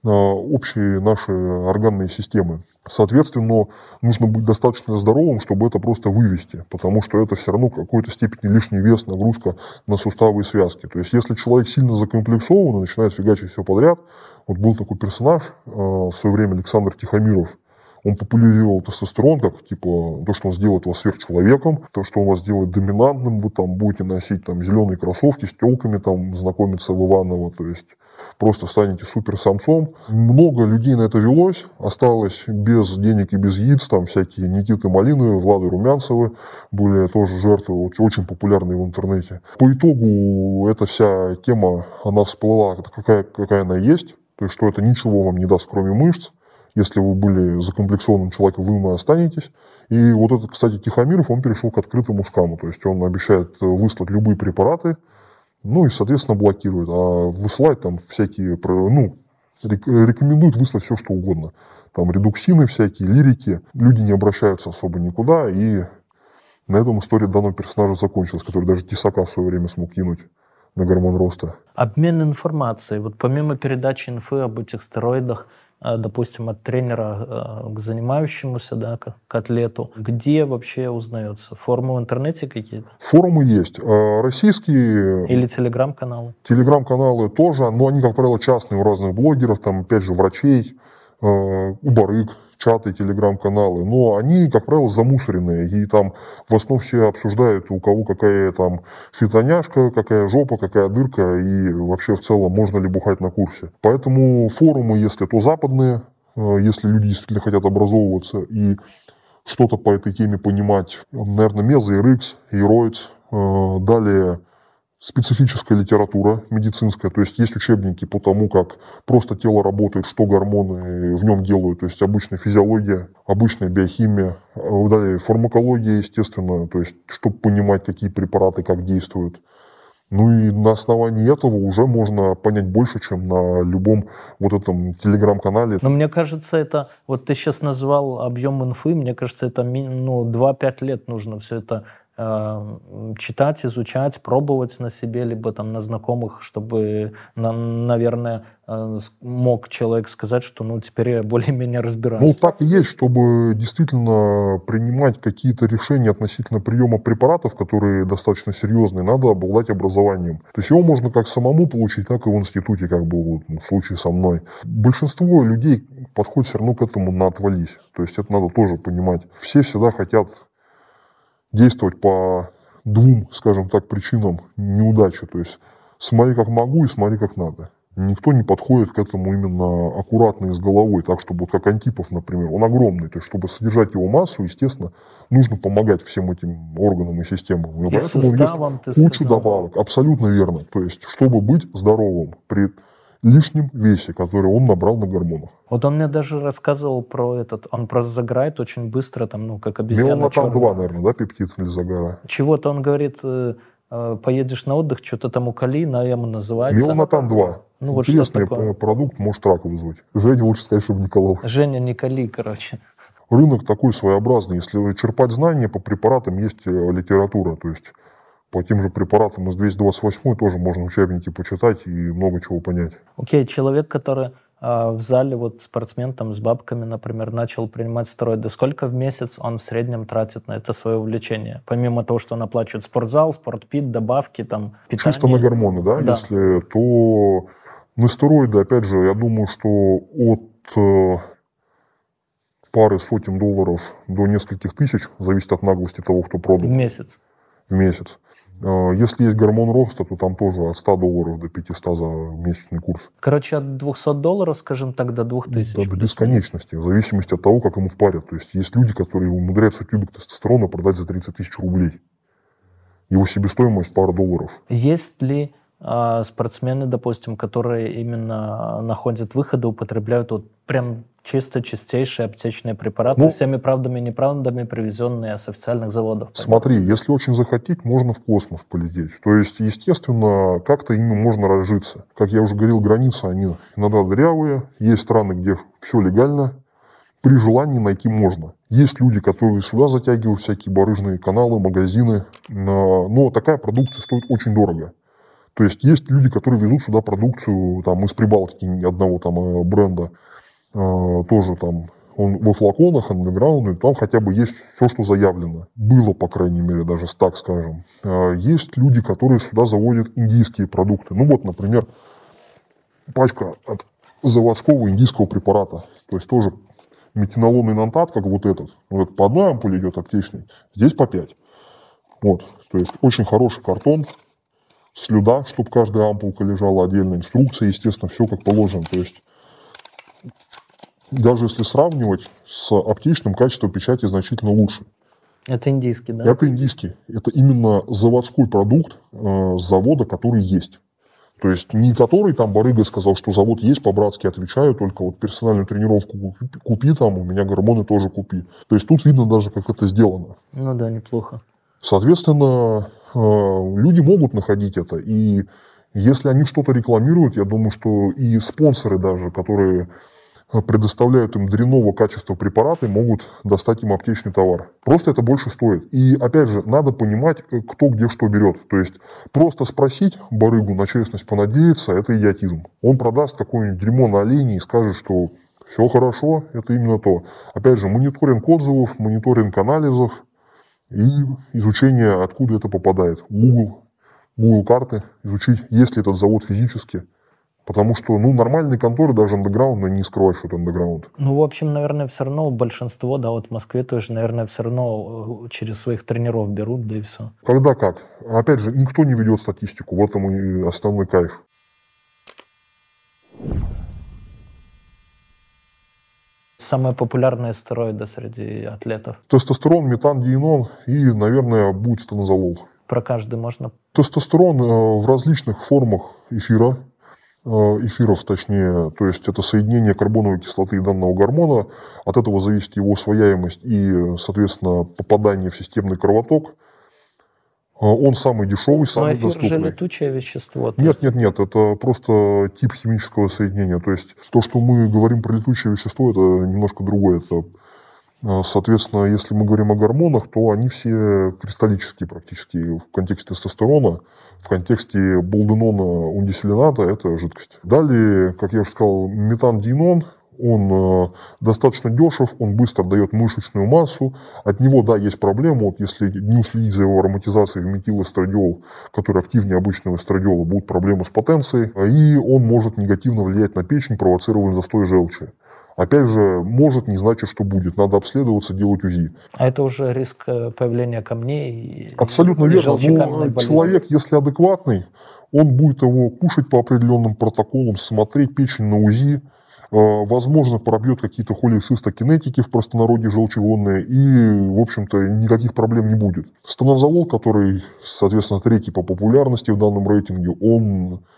общие наши органные системы. Соответственно, нужно быть достаточно здоровым, чтобы это просто вывести, потому что это все равно в какой-то степени лишний вес, нагрузка на суставы и связки. То есть, если человек сильно закомплексован и начинает фигачить все подряд, вот был такой персонаж в свое время, Александр Тихомиров, он популяризировал тестостерон, как типа то, что он сделает вас сверхчеловеком, то, что он вас сделает доминантным, вы там будете носить там зеленые кроссовки с телками, там знакомиться в Иваново, то есть просто станете суперсамцом. Много людей на это велось, осталось без денег и без яиц, там всякие Никиты Малины, Влады Румянцевы были тоже жертвы, очень популярные в интернете. По итогу эта вся тема, она всплыла какая она есть, то есть что это ничего вам не даст, кроме мышц. Если вы были закомплексованным человеком, вы им и останетесь. И вот это, кстати, Тихомиров, он перешел к открытому скаму. То есть он обещает выслать любые препараты, ну и, соответственно, блокирует. А высылать там всякие, рекомендуют выслать все, что угодно. Там редуксины всякие, лирики. Люди не обращаются особо никуда. И на этом история данного персонажа закончилась, который даже Тесака в свое время смог кинуть на гормон роста. Обмен информацией. Вот помимо передачи инфы об этих стероидах, допустим, от тренера к занимающемуся, да, к атлету, где вообще узнается? Форумы в интернете какие-то? Форумы есть. Российские... Или телеграм-каналы? Телеграм-каналы тоже, но они, как правило, частные у разных блогеров, там, опять же, врачей, у барыг, чаты, телеграм-каналы, но они, как правило, замусоренные, и там в основном все обсуждают, у кого какая там фитоняшка, какая жопа, какая дырка, и вообще в целом можно ли бухать на курсе. Поэтому форумы, если то западные, если люди действительно хотят образовываться и что-то по этой теме понимать, наверное, Меза, Ирикс, Ироиц, далее специфическая литература медицинская, то есть есть учебники по тому, как просто тело работает, что гормоны в нем делают, то есть обычная физиология, обычная биохимия, далее фармакология, естественно, то есть чтобы понимать, какие препараты как действуют. Ну и на основании этого уже можно понять больше, чем на любом вот этом телеграм-канале. Но мне кажется, это, вот ты сейчас назвал объем инфы, мне кажется, это 2-5 лет нужно все это читать, изучать, пробовать на себе, либо там на знакомых, чтобы, наверное, мог человек сказать, что ну теперь я более-менее разбираюсь. Ну так и есть, чтобы действительно принимать какие-то решения относительно приема препаратов, которые достаточно серьезные, надо обладать образованием. То есть его можно как самому получить, так и в институте, как было в случае со мной. Большинство людей подходит все равно к этому на отвались. То есть это надо тоже понимать. Все всегда хотят действовать по двум, скажем так, причинам неудачи. То есть смотри как могу и смотри как надо. Никто не подходит к этому именно аккуратно и с головой, так, чтобы вот как Антипов, например, он огромный. То есть чтобы содержать его массу, естественно, нужно помогать всем этим органам и системам. И суставам, кучу добавок. Абсолютно верно. То есть чтобы быть здоровым при лишнем весе, который он набрал на гормонах. Вот он мне даже рассказывал про этот, он просто загорает очень быстро, там, ну, как обезьяна Меланотан-2, черная. наверное, да, пептид для загара? Чего-то он говорит, поедешь на отдых, что-то там уколи, на ему называется. Меланотан-2. Ну, вот Интересный что такое. продукт, может рак вызвать. Жене лучше сказать, чтобы не колол. Женя, не коли, короче. Рынок такой своеобразный. Если черпать знания по препаратам, есть литература. То есть по тем же препаратам из 228 тоже можно учебники почитать и много чего понять. Окей, человек, который в зале, вот спортсмен там с бабками, например, начал принимать стероиды, сколько в месяц он в среднем тратит на это свое увлечение? Помимо того, что он оплачивает спортзал, спортпит, добавки, там, питание. Чисто на гормоны, да? Да. Если, то на стероиды, опять же, я думаю, что от пары сотен долларов до нескольких тысяч, зависит от наглости того, кто продал. В месяц. В месяц. Если есть гормон роста, то там тоже от 100 долларов до 500 за месячный курс. Короче, от $200, скажем так, до 2000. Да, до бесконечности, в зависимости от того, как ему впарят. То есть есть люди, которые умудряются тюбик тестостерона продать за 30 тысяч рублей. Его себестоимость пара долларов. Есть ли спортсмены, допустим, которые именно находят выходы, употребляют вот прям чисто чистейшие аптечные препараты, всеми правдами и неправдами, привезенные с официальных заводов? Смотри, если очень захотеть, можно в космос полететь. То есть, естественно, как-то ими можно разжиться. Как я уже говорил, границы, они иногда дырявые. Есть страны, где все легально. При желании найти можно. Есть люди, которые сюда затягивают всякие барыжные каналы, магазины. Но такая продукция стоит очень дорого. То есть люди, которые везут сюда продукцию там, из Прибалтики одного там, бренда, тоже там он во флаконах, андеграундный, там хотя бы есть все, что заявлено. Было, по крайней мере, даже так скажем. Есть люди, которые сюда заводят индийские продукты. Ну вот, например, пачка от заводского индийского препарата. То есть тоже метинолон и нантат, как вот этот. Вот по одной ампуле идет аптечный, здесь по 5. Вот, то есть очень хороший картон. Слюда, чтобы каждая ампулка лежала отдельно, инструкция, естественно, все как положено. То есть, даже если сравнивать с аптечным, качество печати значительно лучше. Это индийский, да? Это индийский. Это именно заводской продукт с завода, который есть. То есть, не который там барыга сказал, что завод есть, по-братски отвечаю, только вот персональную тренировку купи там, у меня гормоны тоже купи. То есть, тут видно даже, как это сделано. Ну да, неплохо. Соответственно, люди могут находить это. И если они что-то рекламируют, я думаю, что и спонсоры даже, которые предоставляют им дрянного качества препараты, могут достать им аптечный товар. Просто это больше стоит. И опять же, надо понимать, кто где что берет. То есть просто спросить барыгу на честность понадеяться, это идиотизм. Он продаст какое-нибудь дерьмо на олене и скажет, что все хорошо, это именно то. Опять же, мониторинг отзывов, мониторинг анализов. И изучение, откуда это попадает. Google карты, изучить, есть ли этот завод физически. Потому что, нормальные конторы, даже андеграунд, не скрывают, что это андеграунд. Ну, в общем, наверное, все равно большинство, да, вот в Москве тоже, наверное, все равно через своих тренеров берут, да и все. Когда как. Опять же, никто не ведет статистику, в этом и основной кайф. Самые популярные стероиды среди атлетов? Тестостерон, метандиенон и, наверное, будет стенозолол. Про каждый можно? Тестостерон в различных формах эфиров точнее, то есть это соединение карбоновой кислоты данного гормона, от этого зависит его усвояемость и, соответственно, попадание в системный кровоток. Он самый дешевый, самый доступный. Но эфир же летучее вещество. Нет, это просто тип химического соединения. То есть то, что мы говорим про летучее вещество, это немножко другое. Это, соответственно, если мы говорим о гормонах, то они все кристаллические практически в контексте тестостерона. В контексте болденона ундиселената это жидкость. Далее, как я уже сказал, метандиенон. Он достаточно дешев, он быстро дает мышечную массу. От него, да, есть проблема. Вот если не уследить за его ароматизацией в метилэстрадиол, который активнее обычного эстрадиола, будут проблемы с потенцией. И он может негативно влиять на печень, провоцировать застой желчи. Опять же, может не значит, что будет. Надо обследоваться, делать УЗИ. А это уже риск появления камней? Абсолютно верно. Но человек, если адекватный, он будет его кушать по определенным протоколам, смотреть печень на УЗИ. Возможно, пробьет какие-то холецистокинетики в простонародье желчегонные, и, в общем-то, никаких проблем не будет. Стенозолол, который, соответственно, третий по популярности в данном рейтинге, он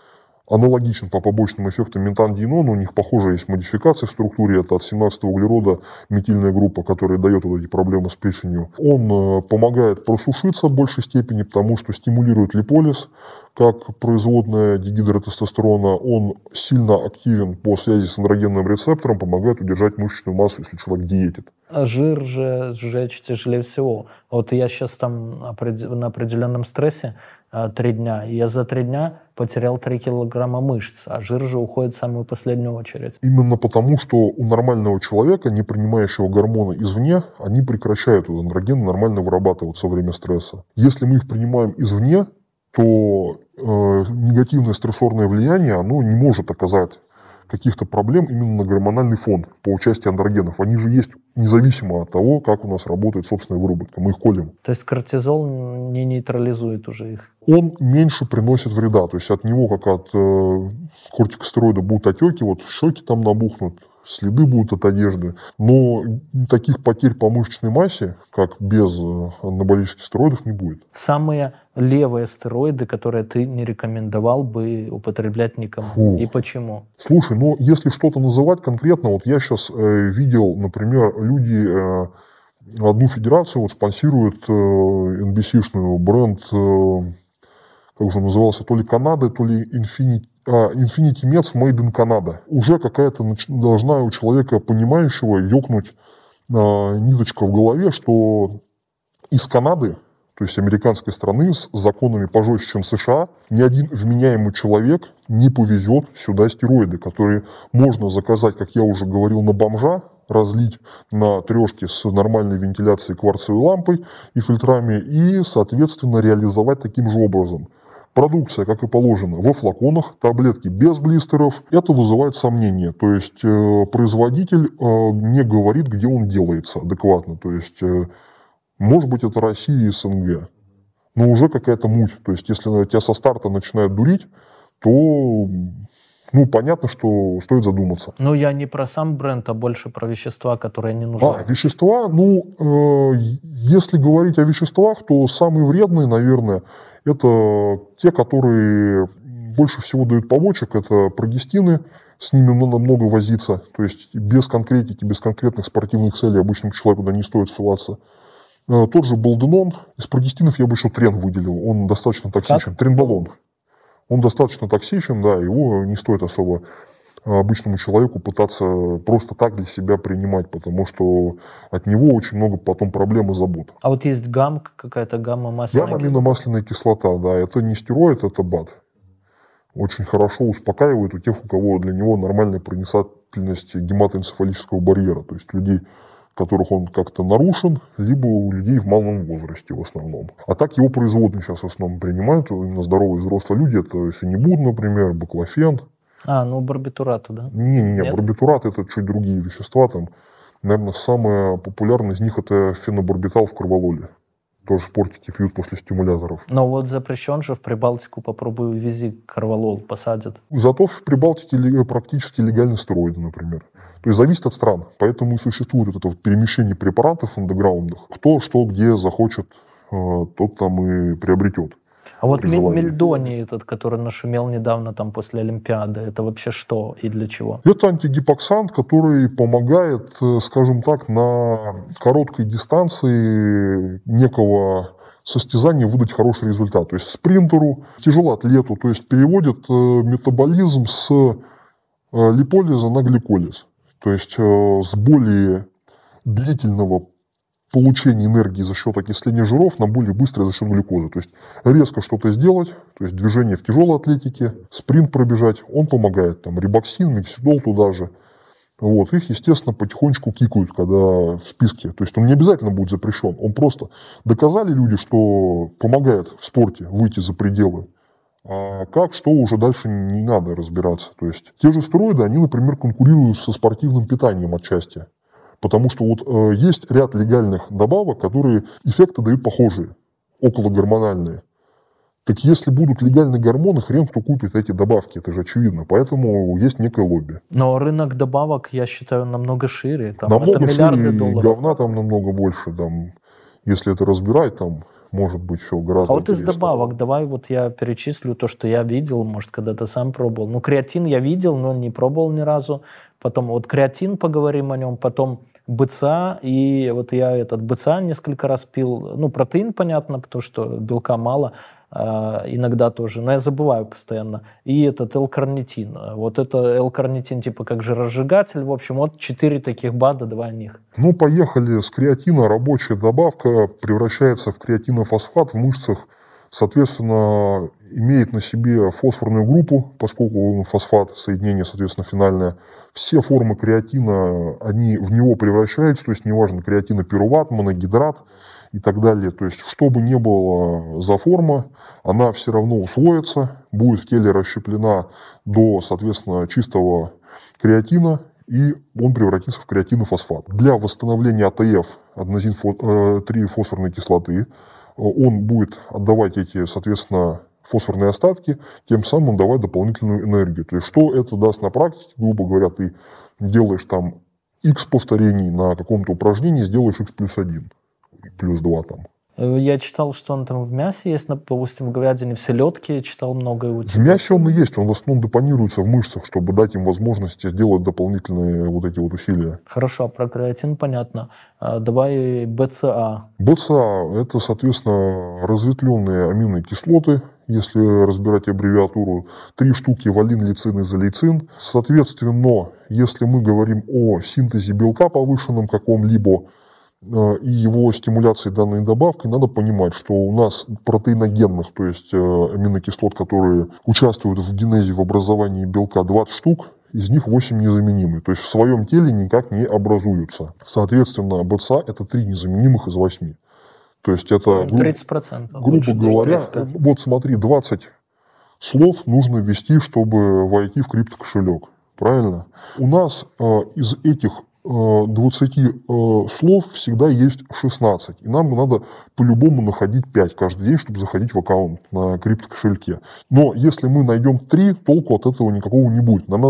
аналогичен по побочным эффектам метандиенон. У них, похоже, есть модификация в структуре. Это от 17-го углерода метильная группа, которая дает вот эти проблемы с печенью. Он помогает просушиться в большей степени, потому что стимулирует липолиз, как производная дигидротестостерона. Он сильно активен по связи с андрогенным рецептором, помогает удержать мышечную массу, если человек диетит. А жир же сжечь тяжелее всего. Вот я сейчас там на определенном стрессе 3 дня, и я за 3 дня потерял 3 килограмма мышц, а жир же уходит в самую последнюю очередь. Именно потому, что у нормального человека, не принимающего гормоны извне, они прекращают андрогены нормально вырабатываться во время стресса. Если мы их принимаем извне, то негативное стрессорное влияние, оно не может оказать каких-то проблем именно на гормональный фон по участию андрогенов. Они же есть независимо от того, как у нас работает собственная выработка. Мы их колем. То есть кортизол не нейтрализует уже их? Он меньше приносит вреда. То есть от него, как от кортикостероида, будут отеки, вот щеки там набухнут, следы будут от одежды. Но таких потерь по мышечной массе, как без анаболических стероидов, не будет. Самые левые стероиды, которые ты не рекомендовал бы употреблять никому. Фух. И почему? Слушай, ну если что-то называть конкретно, вот я сейчас видел, например, люди одну федерацию вот спонсирует NBC-шную бренд, как же он назывался, то ли Канада, то ли Infinity Meds Made in Canada. Уже какая-то должна у человека, понимающего, ёкнуть ниточка в голове, что из Канады, то есть американской страны, с законами пожестче, чем США, ни один вменяемый человек не повезет сюда стероиды, которые можно заказать, как я уже говорил, на бомжа, разлить на трешки с нормальной вентиляцией кварцевой лампой и фильтрами, и, соответственно, реализовать таким же образом. Продукция, как и положено, во флаконах, таблетки без блистеров. Это вызывает сомнения. То есть производитель не говорит, где он делается адекватно. То есть, может быть, это Россия и СНГ. Но уже какая-то муть. То есть, если тебя со старта начинают дурить, то понятно, что стоит задуматься. Ну, я не про сам бренд, а больше про вещества, которые не нужны. Вещества, если говорить о веществах, то самые вредные, наверное, это те, которые больше всего дают побочек, это прогестины, с ними надо много возиться, то есть без конкретики, без конкретных спортивных целей обычному человеку не стоит ссылаться. Тот же болденон, из прогестинов я бы еще трен выделил, он достаточно токсичен, тренболон. Он достаточно токсичен, да, его не стоит особо обычному человеку пытаться просто так для себя принимать, потому что от него очень много потом проблем и забот. А вот есть какая-то гамма-масляная кислота. Гамма-аминомасляная кислота, да, это не стероид, это БАД. Очень хорошо успокаивает у тех, у кого для него нормальная проницательность гематоэнцефалического барьера, то есть людей, которых он как-то нарушен, либо у людей в малом возрасте в основном. А так его производные сейчас в основном принимают, именно здоровые взрослые люди, это фенибут, например, баклофен. Барбитураты, да? Не, барбитураты это чуть другие вещества, там, наверное, самое популярное из них это фенобарбитал в корвалоле. Тоже спортики пьют после стимуляторов. Но вот запрещен же в Прибалтику, попробуй вези корвалол, посадят. Зато в Прибалтике практически легальны стероиды, например. То есть зависит от стран. Поэтому и существует это перемещение препаратов андеграундных. Кто что где захочет, тот там и приобретет. А вот мельдоний этот, который нашумел недавно там после Олимпиады, это вообще что и для чего? Это антигипоксант, который помогает, скажем так, на короткой дистанции некого состязания выдать хороший результат. То есть спринтеру, тяжелоатлету, то есть переводит метаболизм с липолиза на гликолиз. То есть с более длительного получения энергии за счет окисления жиров на более быстрое за счет глюкозы. То есть резко что-то сделать, то есть движение в тяжелой атлетике, спринт пробежать, он помогает. Там рибоксин, миксидол туда же. Вот. Их, естественно, потихонечку кикают, когда в списке. То есть он не обязательно будет запрещен. Он просто доказали люди, что помогает в спорте выйти за пределы. А как, что уже дальше не надо разбираться. То есть те же стероиды, они, например, конкурируют со спортивным питанием отчасти. Потому что вот есть ряд легальных добавок, которые эффекты дают похожие, окологормональные. Так если будут легальные гормоны, хрен кто купит эти добавки, это же очевидно. Поэтому есть некое лобби. Но рынок добавок, я считаю, намного шире. Там намного это миллиарды шире, долларов. И говна там намного больше. Там. Если это разбирать, там может быть все гораздо А вот из интереснее. добавок, давай вот я перечислю то, что я видел, может, когда-то сам пробовал. Ну, креатин я видел, но не пробовал ни разу. Потом вот креатин, поговорим о нем, потом БЦА, и вот я этот БЦА несколько раз пил. Ну, протеин, понятно, потому что белка мало, иногда тоже, но я забываю постоянно. И этот L-карнитин. Вот это L-карнитин типа как жиросжигатель. В общем, вот 4 таких БАДа, два о них. Ну, поехали с креатина. Рабочая добавка превращается в креатинофосфат в мышцах. Соответственно, имеет на себе фосфорную группу, поскольку фосфат, соединение, соответственно, финальное. Все формы креатина, они в него превращаются, то есть неважно, креатинопируват, моногидрат и так далее. То есть, что бы ни было за форма, она все равно усвоится, будет в теле расщеплена до, соответственно, чистого креатина, и он превратится в креатинофосфат. Для восстановления АТФ, аденозин-3-фосфорной кислоты, он будет отдавать эти, соответственно, фосфорные остатки, тем самым давать дополнительную энергию. То есть, что это даст на практике? Грубо говоря, ты делаешь там X повторений на каком-то упражнении, сделаешь X плюс 1, плюс 2 там. Я читал, что он там в мясе есть, допустим, в говядине, в селедке, читал много. В мясе он и есть, он в основном депонируется в мышцах, чтобы дать им возможность сделать дополнительные вот эти вот усилия. Хорошо, про креатин понятно. Давай БЦА. БЦА – это, соответственно, разветвленные аминокислоты, если разбирать аббревиатуру, 3 штуки валин, лейцин, изолейцин. Соответственно, если мы говорим о синтезе белка повышенном каком-либо, и его стимуляции данной добавкой, надо понимать, что у нас протеиногенных, то есть аминокислот, которые участвуют в генезе, в образовании белка, 20 штук, из них 8 незаменимые. То есть в своем теле никак не образуются. Соответственно, БЦА – это 3 незаменимых из 8. То есть это, 30%. грубо говоря, 35%. Вот смотри, 20 слов нужно ввести, чтобы войти в криптокошелек. Правильно? У нас из этих 20 слов всегда есть 16. И нам надо по-любому находить 5 каждый день, чтобы заходить в аккаунт на криптокошельке. Но если мы найдем 3, толку от этого никакого не будет. Нам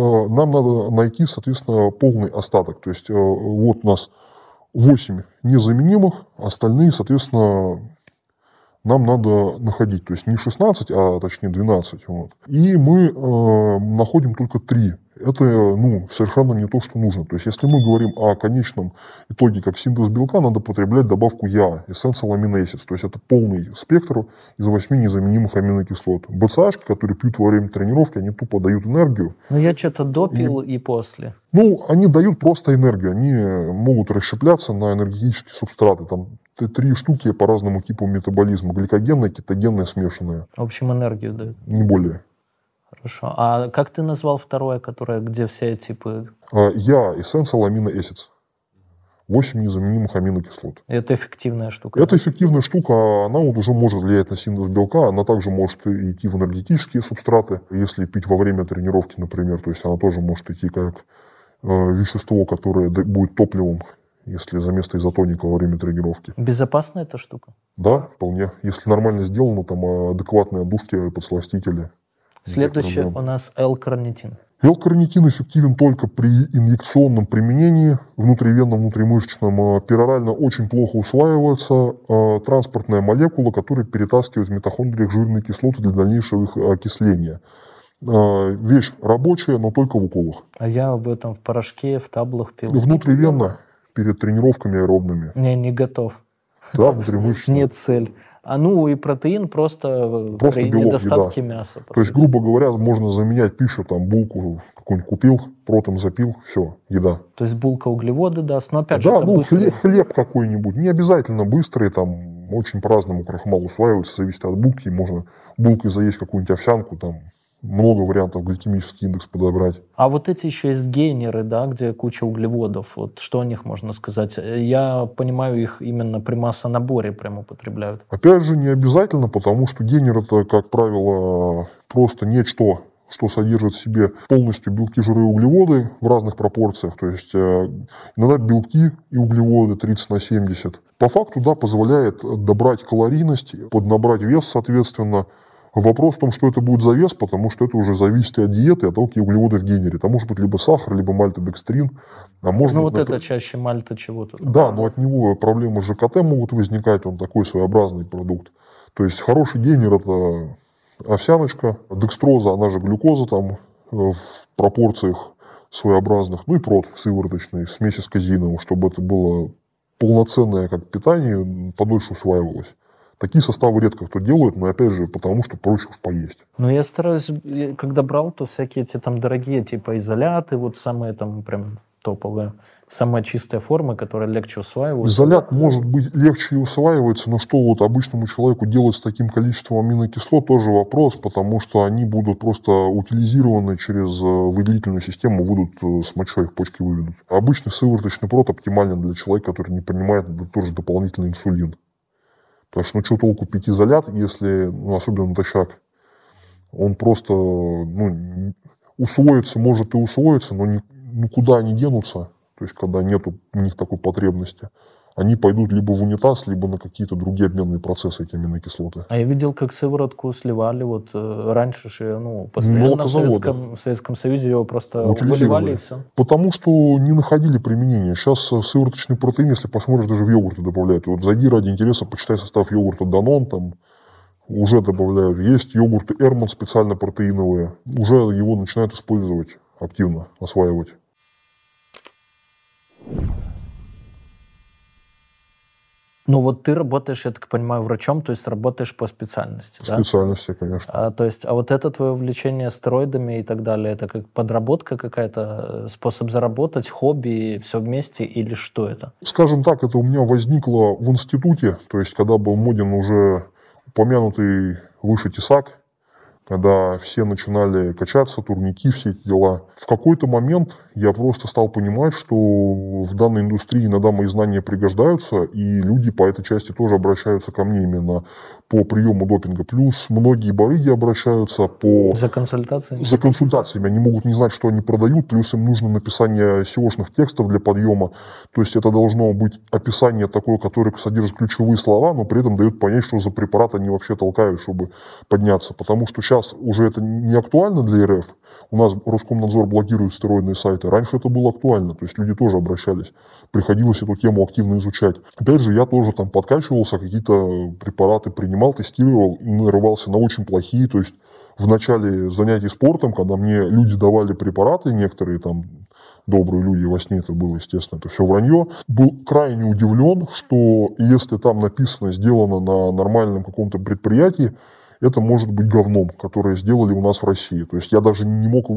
надо найти, соответственно, полный остаток. То есть вот у нас 8 незаменимых, остальные, соответственно, нам надо находить. То есть не 16, а точнее 12. Вот. И мы находим только 3. Это совершенно не то, что нужно. То есть, если мы говорим о конечном итоге как синтез белка, надо потреблять добавку Я, Essential Amino Acids. То есть, это полный спектр из 8 незаменимых аминокислот. БЦАшки, которые пьют во время тренировки, они тупо дают энергию. Ну, я что-то допил и после. Они дают просто энергию. Они могут расщепляться на энергетические субстраты. Там 3 штуки по разному типу метаболизма. Гликогенная, кетогенная, смешанная. В общем, энергию дают. Не более. Хорошо. А как ты назвал второе, где все типы? Я, Essential Amino Acids. 8 незаменимых аминокислот. Это эффективная штука. Это эффективная штука, она вот уже может влиять на синтез белка, она также может идти в энергетические субстраты, если пить во время тренировки, например. То есть она тоже может идти как вещество, которое будет топливом, если за место изотоника во время тренировки. Безопасная эта штука? Да, вполне. Если нормально сделано, там адекватные отдушки, подсластители. Следующее у нас L-карнитин. L-карнитин эффективен только при инъекционном применении, внутривенном, внутримышечном. Перорально очень плохо усваивается транспортная молекула, которая перетаскивает в митохондриях жирные кислоты для дальнейшего их окисления. Вещь рабочая, но только в уколах. А я в порошке, в таблах пил. Внутривенно, перед тренировками аэробными. Не готов. Да, внутримышечно. Нет цель. И протеин просто при белок, недостатке еда. мяса. То есть, грубо говоря, можно заменять пищу, булку какую-нибудь купил, протом запил, все, еда. То есть булка углеводы даст, но опять же да, это быстрый. хлеб какой-нибудь, не обязательно быстрый, там очень по-разному крахмал усваивается, зависит от булки, можно булкой заесть какую-нибудь овсянку, там много вариантов гликемический индекс подобрать. А вот эти еще есть гейнеры, да, где куча углеводов. Вот что о них можно сказать? Я понимаю, их именно при массонаборе прям употребляют. Опять же, не обязательно, потому что гейнер это, как правило, просто нечто, что содержит в себе полностью белки, жиры и углеводы в разных пропорциях. То есть иногда белки и углеводы 30/70. По факту, да, позволяет добрать калорийность, поднабрать вес, соответственно, Вопрос в том, что это будет за вес, потому что это уже зависит и от диеты, и от того, какие углеводы в генере. Там может быть либо сахар, либо мальтодекстрин. А может Ну быть, вот это чаще мальта чего-то. Да, но от него проблемы с ЖКТ могут возникать, он такой своеобразный продукт. То есть хороший генер – это овсяночка, декстроза, она же глюкоза там в пропорциях своеобразных, ну и прот сывороточный в смеси с казеиновым, чтобы это было полноценное как питание, подольше усваивалось. Такие составы редко кто делает, но опять же, потому что проще уж поесть. Ну, я стараюсь, когда брал, то всякие эти там дорогие, типа изоляты, вот самые там прям топовые, самая чистая форма, которая легче усваивается. Изолят может быть легче и усваивается, но что вот обычному человеку делать с таким количеством аминокислот, тоже вопрос, потому что они будут просто утилизированы через выделительную систему, выйдут с мочой, их почки выведут. Обычный сывороточный прот оптимален для человека, который не принимает тоже дополнительный инсулин. Потому что, что толку пить изолят, если, особенно натощак, он просто усвоится, может и усвоится, но никуда не денутся. То есть, когда нет у них такой потребности, они пойдут либо в унитаз, либо на какие-то другие обменные процессы, эти аминокислоты. А я видел, как сыворотку сливали. Вот раньше же, постоянно в Советском Союзе его просто выливали и все. Потому что не находили применения. Сейчас сывороточный протеин, если посмотришь, даже в йогурты добавляют. Вот зайди ради интереса, почитай состав йогурта Данон, там уже добавляют. Есть йогурты Эрман специально протеиновые. Уже его начинают использовать активно, осваивать. Ну вот ты работаешь, я так понимаю, врачом, то есть работаешь по специальности, да? По специальности, конечно. А вот это твое увлечение стероидами и так далее, это как подработка какая-то, способ заработать, хобби, все вместе или что это? Скажем так, это у меня возникло в институте, то есть когда был моден уже упомянутый выше тесак, когда все начинали качаться, турники, все эти дела. В какой-то момент я просто стал понимать, что в данной индустрии иногда мои знания пригождаются, и люди по этой части тоже обращаются ко мне именно по приему допинга. Плюс многие барыги обращаются за консультациями. За консультациями. Они могут не знать, что они продают, плюс им нужно написание SEO-шных текстов для подъема. То есть это должно быть описание такое, которое содержит ключевые слова, но при этом дает понять, что за препарат они вообще толкают, чтобы подняться. Потому что сейчас уже это не актуально для РФ. У нас Роскомнадзор блокирует стероидные сайты. Раньше это было актуально, то есть люди тоже обращались. Приходилось эту тему активно изучать. Опять же, я тоже там подкачивался, какие-то препараты принимал, тестировал и нарывался на очень плохие. То есть в начале занятий спортом, когда мне люди давали препараты, некоторые там добрые люди, во сне это было, естественно, это все вранье, был крайне удивлен, что если там написано, сделано на нормальном каком-то предприятии, это может быть говном, которое сделали у нас в России. То есть я даже не мог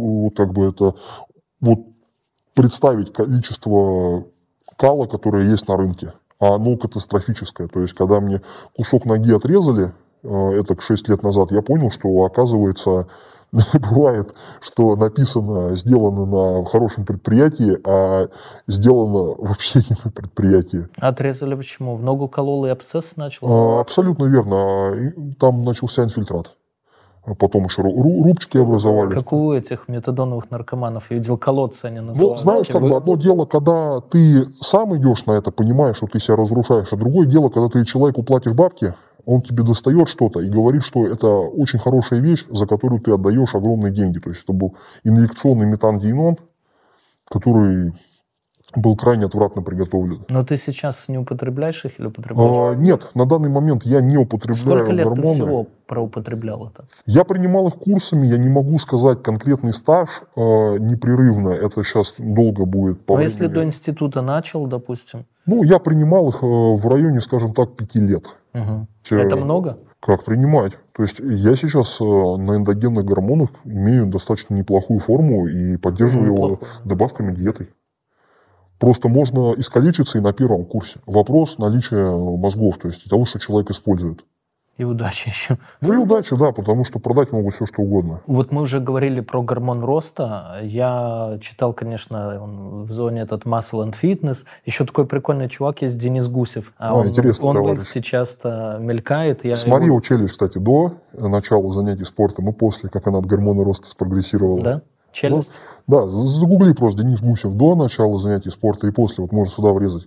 представить количество кала, которое есть на рынке. А оно катастрофическое. То есть когда мне кусок ноги отрезали, это 6 лет назад, я понял, что оказывается бывает, что написано, сделано на хорошем предприятии, а сделано вообще не на предприятии. Отрезали почему? В ногу колол и абсцесс начался? Абсолютно верно. Там начался инфильтрат. Потом еще рубчики образовались. Как у этих метадоновых наркоманов. Я видел, колодцы они называют. Ну, знаешь, одно дело, когда ты сам идешь на это, понимаешь, что ты себя разрушаешь, а другое дело, когда ты человеку платишь бабки, он тебе достает что-то и говорит, что это очень хорошая вещь, за которую ты отдаешь огромные деньги. То есть это был инъекционный метандиенон, который был крайне отвратно приготовлен. Но ты сейчас не употребляешь их или употребляешь? Нет, на данный момент я не употребляю гормоны. Сколько лет ты всего проупотреблял это? Я принимал их курсами, я не могу сказать конкретный стаж непрерывно. Это сейчас долго будет. Но если до института начал, допустим? Ну, я принимал их в районе, скажем так, 5 лет. Угу. Это много? Как принимать? То есть я сейчас на эндогенных гормонах имею достаточно неплохую форму и поддерживаю его добавками диетой. Просто можно искалечиться и на первом курсе. Вопрос наличия мозгов, то есть того, что человек использует. И удачи еще. Ну и удачи, да, потому что продать могут все, что угодно. Вот мы уже говорили про гормон роста. Я читал, конечно, в зоне этот Muscle and Fitness. Еще такой прикольный чувак есть, Денис Гусев. Он в Инсте часто мелькает. Смотри его челюсть, кстати, до начала занятий спортом и после, как она от гормона роста спрогрессировала. Да? Челюсть? Да, загугли просто Денис Гусев до начала занятий спорта и после. Вот можно сюда врезать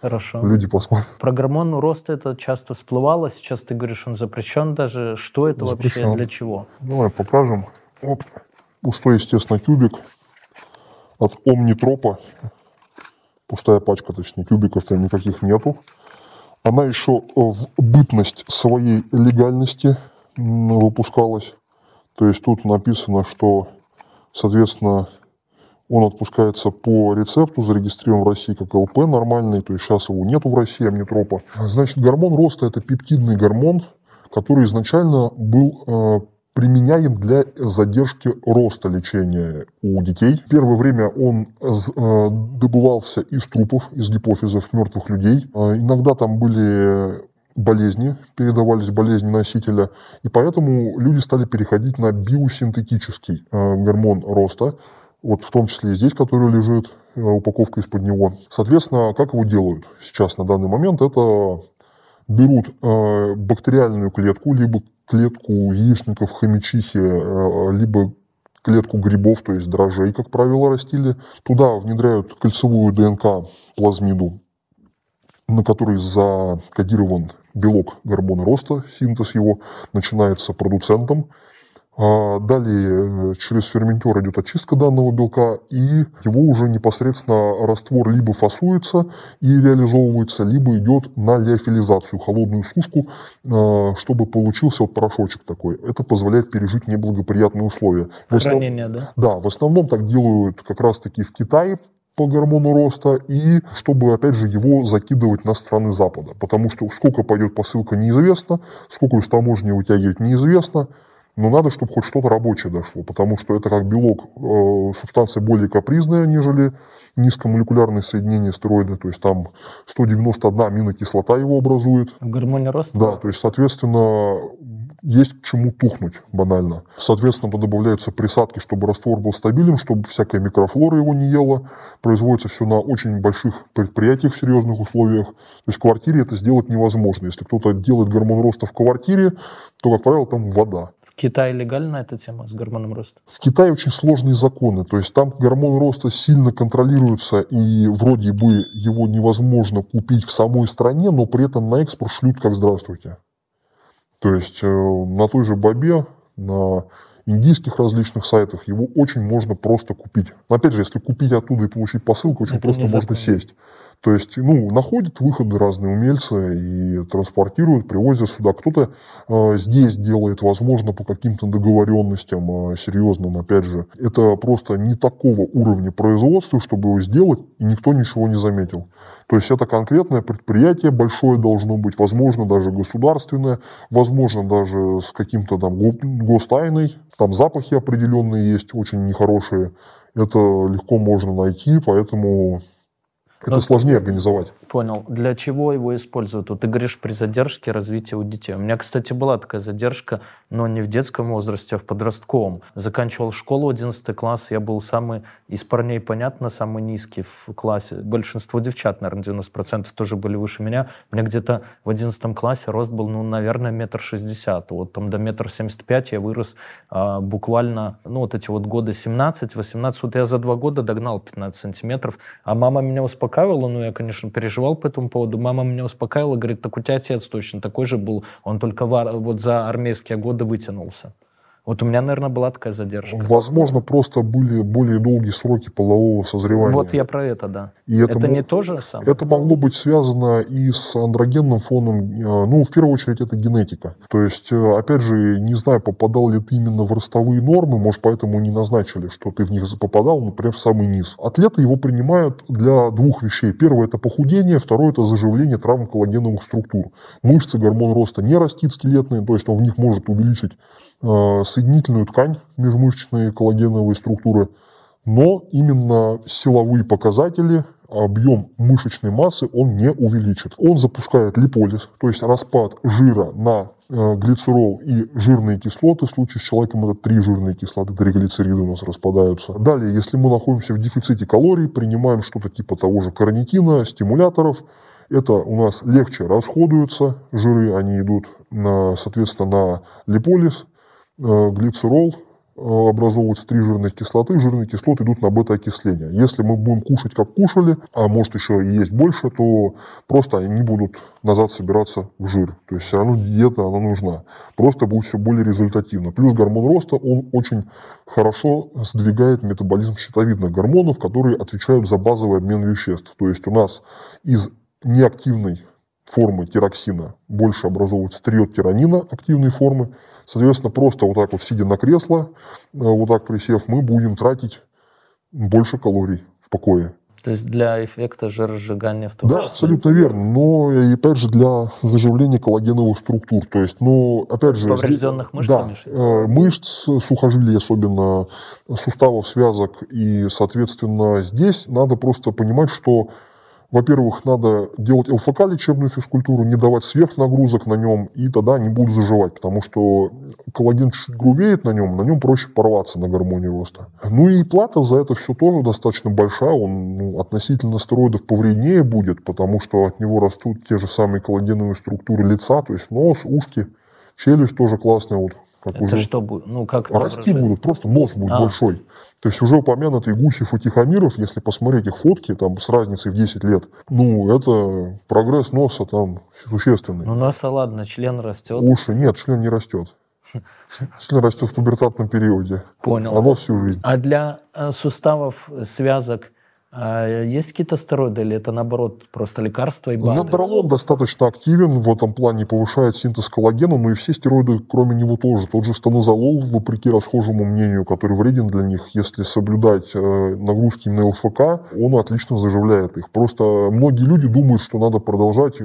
Хорошо. Люди посмотрят. Про гормон роста это часто всплывало. Сейчас ты говоришь, он запрещен даже. Что это Запрещен. вообще, для чего? Давай покажем. Оп. Пустой, естественно, тюбик от Омнитропа. Пустая пачка, точнее, тюбиков-то никаких нету. Она еще в бытность своей легальности выпускалась. То есть тут написано, что, соответственно, он отпускается по рецепту, зарегистрирован в России как ЛП нормальный, то есть сейчас его нету в России, Омнитропа. Значит, гормон роста – это пептидный гормон, который изначально был применяем для задержки роста лечения у детей. В первое время он добывался из трупов, из гипофизов мертвых людей. Иногда там были болезни, передавались болезни носителя, и поэтому люди стали переходить на биосинтетический гормон роста, вот в том числе и здесь, который лежит, упаковка из-под него. Соответственно, как его делают сейчас на данный момент, это берут бактериальную клетку, либо клетку яичников, хомячихи, либо клетку грибов, то есть дрожжей, как правило, растили. Туда внедряют кольцевую ДНК плазмиду, на которой закодирован белок гормона роста, синтез его начинается продуцентом. Далее через ферментер идет очистка данного белка, и его уже непосредственно раствор либо фасуется и реализовывается, либо идет на лиофилизацию, холодную сушку, чтобы получился вот порошочек такой. Это позволяет пережить неблагоприятные условия. Хранение, да? Да, в основном так делают как раз-таки в Китае по гормону роста, и чтобы, опять же, его закидывать на страны Запада. Потому что сколько пойдет посылка, неизвестно, сколько из таможни вытягивать, неизвестно. Но надо, чтобы хоть что-то рабочее дошло, потому что это как белок, субстанция более капризная, нежели низкомолекулярные соединения стероида. То есть там 191 аминокислота его образует. В гормоне роста? Да, то есть, соответственно, есть к чему тухнуть банально. Соответственно, добавляются присадки, чтобы раствор был стабилен, чтобы всякая микрофлора его не ела. Производится все на очень больших предприятиях в серьезных условиях. То есть в квартире это сделать невозможно. Если кто-то делает гормон роста в квартире, то, как правило, там вода. В Китае легальна эта тема с гормоном роста? В Китае очень сложные законы, то есть там гормон роста сильно контролируется, и вроде бы его невозможно купить в самой стране, но при этом на экспорт шлют как здравствуйте. То есть на той же Бабе, на индийских различных сайтах его очень можно просто купить. Опять же, если купить оттуда и получить посылку, очень это просто можно сесть. То есть, находят выходы разные умельцы и транспортируют, привозят сюда. Кто-то здесь делает, возможно, по каким-то договоренностям серьезным, опять же. Это просто не такого уровня производства, чтобы его сделать, и никто ничего не заметил. То есть, это конкретное предприятие, большое должно быть, возможно, даже государственное, возможно, даже с каким-то там гостайной. Там запахи определенные есть, очень нехорошие. Это легко можно найти, поэтому это сложнее организовать. Понял. Для чего его используют? Вот ты говоришь, при задержке развития у детей. У меня, кстати, была такая задержка, но не в детском возрасте, а в подростковом. Заканчивал школу, 11 класс, я был самый, из парней, понятно, самый низкий в классе. Большинство девчат, наверное, 90% тоже были выше меня. У меня где-то в 11 классе рост был, наверное, 1,60 м. Вот там до 1,75 м я вырос буквально, вот эти вот годы 17-18. Вот я за 2 года догнал 15 сантиметров, а мама меня успокаивала, я, конечно, переживал по этому поводу. Мама меня успокаивала, говорит, так у тебя отец точно такой же был, он только вот за армейские годы вытянулся. Вот у меня, наверное, была такая задержка. Возможно, просто были более долгие сроки полового созревания. Вот я про это, да. И это не то же самое? Это могло быть связано и с андрогенным фоном. В первую очередь, это генетика. То есть, опять же, не знаю, попадал ли ты именно в ростовые нормы, может, поэтому не назначили, что ты в них попадал, например, в самый низ. Атлеты его принимают для 2 вещей. Первое – это похудение, второе – это заживление травм коллагеновых структур. Мышцы, гормон роста не растит скелетные, то есть он в них может увеличить соединительную ткань, межмышечные коллагеновые структуры, но именно силовые показатели, объем мышечной массы он не увеличит. Он запускает липолиз, то есть распад жира на глицерол и жирные кислоты. В случае с человеком это 3 жирные кислоты, 3 глицериды у нас распадаются. Далее, если мы находимся в дефиците калорий, принимаем что-то типа того же карнитина, стимуляторов, это у нас легче расходуются жиры, они идут, соответственно, на липолиз, глицерол, образовываются 3 жирных кислоты, жирные кислоты идут на бета-окисление. Если мы будем кушать, как кушали, а может еще и есть больше, то просто они будут назад собираться в жир. То есть все равно диета, она нужна. Просто будет все более результативно. Плюс гормон роста, он очень хорошо сдвигает метаболизм щитовидных гормонов, которые отвечают за базовый обмен веществ. То есть у нас из неактивной формы тироксина больше образовывается триодтиронина активной формы. Соответственно, просто вот так вот сидя на кресло, вот так присев, мы будем тратить больше калорий в покое. То есть для эффекта жиросжигания в том числе? Да, абсолютно верно. Но и опять же для заживления коллагеновых структур. То есть, опять же... Поврежденных мышц? Да, мышц, сухожилий, особенно суставов, связок. И, соответственно, здесь надо просто понимать, что во-первых, надо делать ЛФК, лечебную физкультуру, не давать сверхнагрузок на нем, и тогда они будут заживать, потому что коллаген чуть грубеет на нем проще порваться на гормоне роста. Ну и плата за это все тоже достаточно большая, он относительно стероидов повреднее будет, потому что от него растут те же самые коллагеновые структуры лица, то есть нос, ушки, челюсть тоже классная. Вот, как это уже что будет? Как расти будут, просто нос будет большой. То есть уже упомянутый Гусев и Тихомиров, если посмотреть их фотки там, с разницей в 10 лет, это прогресс носа там существенный. Носа ладно, член растет. Уши нет, член не растет. Член растет в пубертатном периоде. Понял. Оно всю жизнь. А для суставов, связок есть какие-то стероиды или это наоборот просто лекарства и БАДы? Надролон достаточно активен, в этом плане повышает синтез коллагена, но и все стероиды, кроме него, тоже. Тот же станозолол, вопреки расхожему мнению, который вреден для них, если соблюдать нагрузки на ЛФК, он отлично заживляет их. Просто многие люди думают, что надо продолжать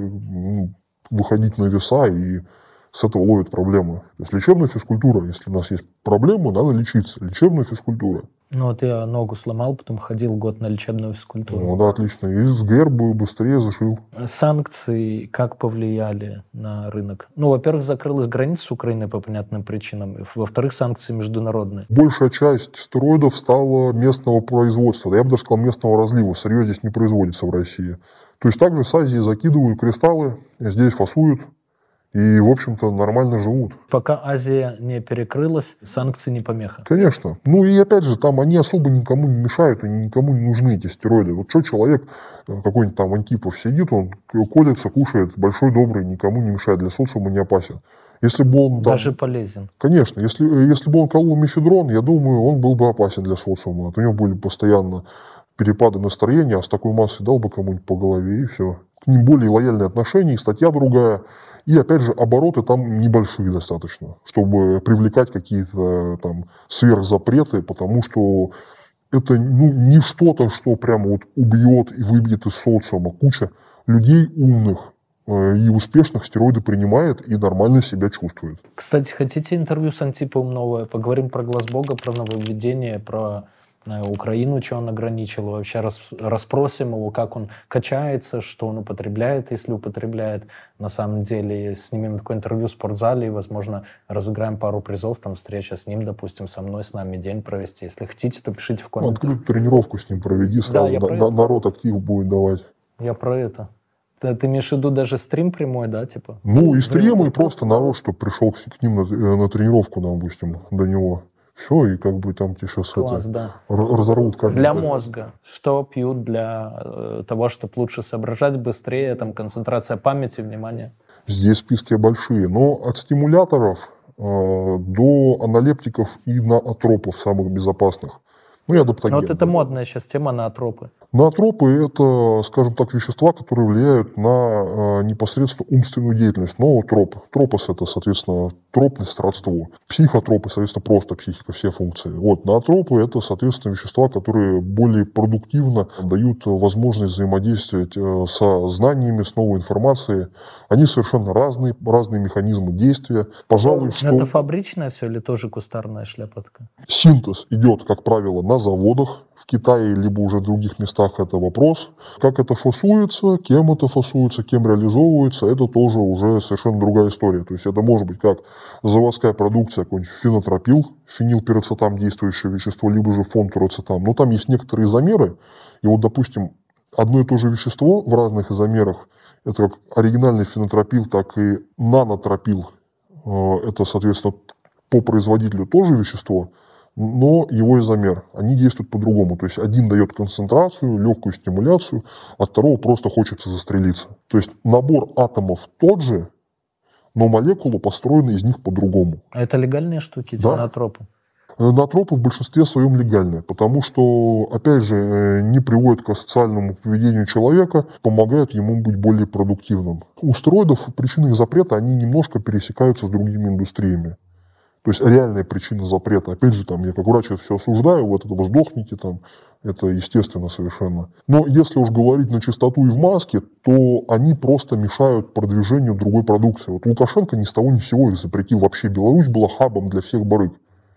выходить на веса и с этого ловят проблемы. То есть лечебная физкультура, если у нас есть проблемы, надо лечиться. Лечебная физкультура. Я ногу сломал, потом ходил год на лечебную физкультуру. Да, отлично. И с ГР бы быстрее зашил. Санкции как повлияли на рынок? Во-первых, закрылась граница с Украиной по понятным причинам. Во-вторых, санкции международные. Большая часть стероидов стала местного производства. Я бы даже сказал, местного разлива. Сырье здесь не производится в России. То есть также с Азии закидывают кристаллы, здесь фасуют. И, в общем-то, нормально живут. Пока Азия не перекрылась, санкции не помеха. Конечно. И опять же, там они особо никому не мешают, они никому не нужны, эти стероиды. Вот что человек, какой-нибудь там Антипов сидит, он колется, кушает, большой, добрый, никому не мешает, для социума не опасен. Если бы он... Даже полезен. Конечно. Если бы он колол мефедрон, я думаю, он был бы опасен для социума. У него были постоянно перепады настроения, а с такой массой дал бы кому-нибудь по голове, и все. К ним более лояльные отношения, и статья другая. И, опять же, обороты там небольшие достаточно, чтобы привлекать какие-то там сверхзапреты, потому что это не что-то, что прямо вот убьет и выбьет из социума. Куча людей умных и успешных стероиды принимает и нормально себя чувствует. Кстати, хотите интервью с Антиповым новое? Поговорим про глаз Бога, про нововведение, про Украину, что он ограничил, вообще расспросим его, как он качается, что он употребляет, если употребляет. На самом деле снимем такое интервью в спортзале и, возможно, разыграем пару призов, там встреча с ним, допустим, со мной, с нами день провести. Если хотите, то пишите в комментариях. Открытую тренировку с ним проведи, сразу народ актив будет давать. Я про это. Ты имеешь в виду даже стрим прямой, да, типа? И стрим, и просто народ, чтобы пришел к ним на тренировку, допустим, до него. Все, и там тебе сейчас разорвут как для мозга. Что пьют для того, чтобы лучше соображать, быстрее, концентрация памяти, внимания? Здесь списки большие. Но от стимуляторов до аналептиков и ноотропов самых безопасных. И адаптоген. Это модная сейчас тема, ноотропы. Ноотропы – это, скажем так, вещества, которые влияют на непосредственно умственную деятельность. Ноотроп. Тропос – это, соответственно, тропность, родство. Психотропы, соответственно, просто психика, все функции. Ноотропы – это, соответственно, вещества, которые более продуктивно дают возможность взаимодействовать со знаниями, с новой информацией. Они совершенно разные механизмы действия. Пожалуй, что... Это фабричное все или тоже кустарная шляпа такая? Синтез идет, как правило, на заводах в Китае, либо уже в других местах, это вопрос. Как это фасуется, кем реализовывается, это тоже уже совершенно другая история. То есть это может быть как заводская продукция, какой-нибудь фенотропил, фенилпироцетам действующее вещество, либо же фонтуроцетам. Но там есть некоторые изомеры. И допустим, одно и то же вещество в разных изомерах, это как оригинальный фенотропил, так и нанотропил. Это, соответственно, по производителю тоже вещество, но его изомер. Они действуют по-другому. То есть один дает концентрацию, легкую стимуляцию, от второго просто хочется застрелиться. То есть набор атомов тот же, но молекулы построены из них по-другому. А это легальные штуки, Да. цианотропы? Цианотропы в большинстве своем легальные, потому что, опять же, не приводят к асоциальному поведению человека, помогают ему быть более продуктивным. У стероидов причины их запрета, они немножко пересекаются с другими индустриями. То есть реальная причина запрета. Опять же, там, я как врач это все осуждаю, вот это вы сдохните, там, это естественно совершенно. Но если уж говорить на чистоту и в маске, то они просто мешают продвижению другой продукции. Вот Лукашенко ни с того ни с сего их запретил. Вообще Беларусь была хабом для всех барыг.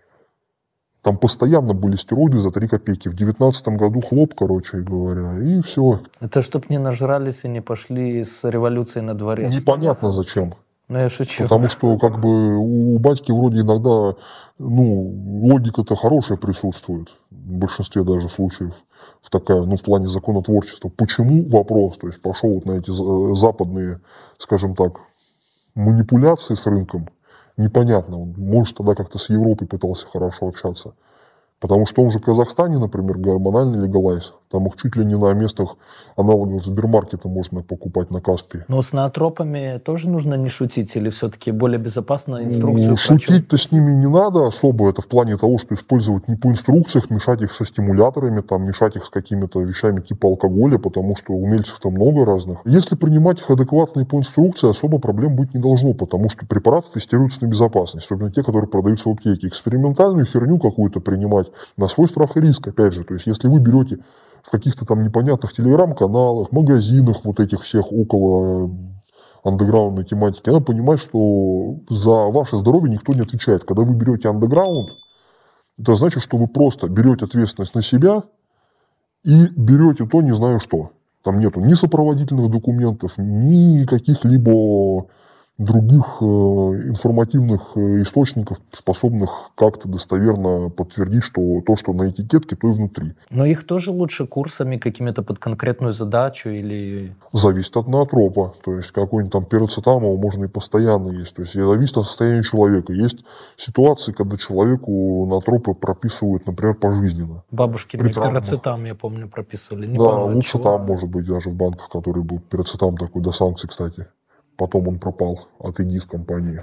Там постоянно были стероиды за 3 копейки. В 2019 году хлоп, короче говоря, и все. Это чтоб не нажрались и не пошли с революцией на дворец. Непонятно зачем. Ну, я шучу. Потому что как бы у батьки вроде иногда, логика-то хорошая присутствует. В большинстве даже случаев. В плане законотворчества. Почему? Вопрос. То есть пошел вот на эти западные, скажем так, манипуляции с рынком. Непонятно. Он, может, тогда как-то с Европой пытался хорошо общаться. Потому что в том же Казахстане, например, гормональный легалайз, там их чуть ли не на местах аналогов Сбермаркета можно покупать на Каспии. Но с ноотропами тоже нужно не шутить или все-таки более безопасно инструкцию Шутить-то с ними не надо особо. Это в плане того, что использовать не по инструкциях, мешать их со стимуляторами, там, мешать их с какими-то вещами типа алкоголя, потому что умельцев-то много разных. Если принимать их адекватно и по инструкции, особо проблем быть не должно, потому что препараты тестируются на безопасность, особенно те, которые продаются в аптеке. Экспериментальную херню какую-то принимать на свой страх и риск, опять же. То есть, если вы берете в каких-то там непонятных телеграм-каналах, магазинах вот этих всех около андеграундной тематики, надо понимать, что за ваше здоровье никто не отвечает. Когда вы берете андеграунд, это значит, что вы просто берете ответственность на себя и берете то не знаю что. Там нету ни сопроводительных документов, ни каких-либо других информативных источников, способных как-то достоверно подтвердить, что то, что на этикетке, то и внутри. Но их тоже лучше курсами какими-то под конкретную задачу или... Зависит от ноотропа. То есть какой-нибудь там пироцетамол можно и постоянно есть. То есть зависит от состояния человека. Есть ситуации, когда человеку ноотропы прописывают, например, пожизненно. Бабушки мне пироцетам, я помню, прописывали. Не да, помню, луцетам может быть даже в банках, который был пироцетам такой до санкций, кстати. Потом он пропал от ИГИС компании.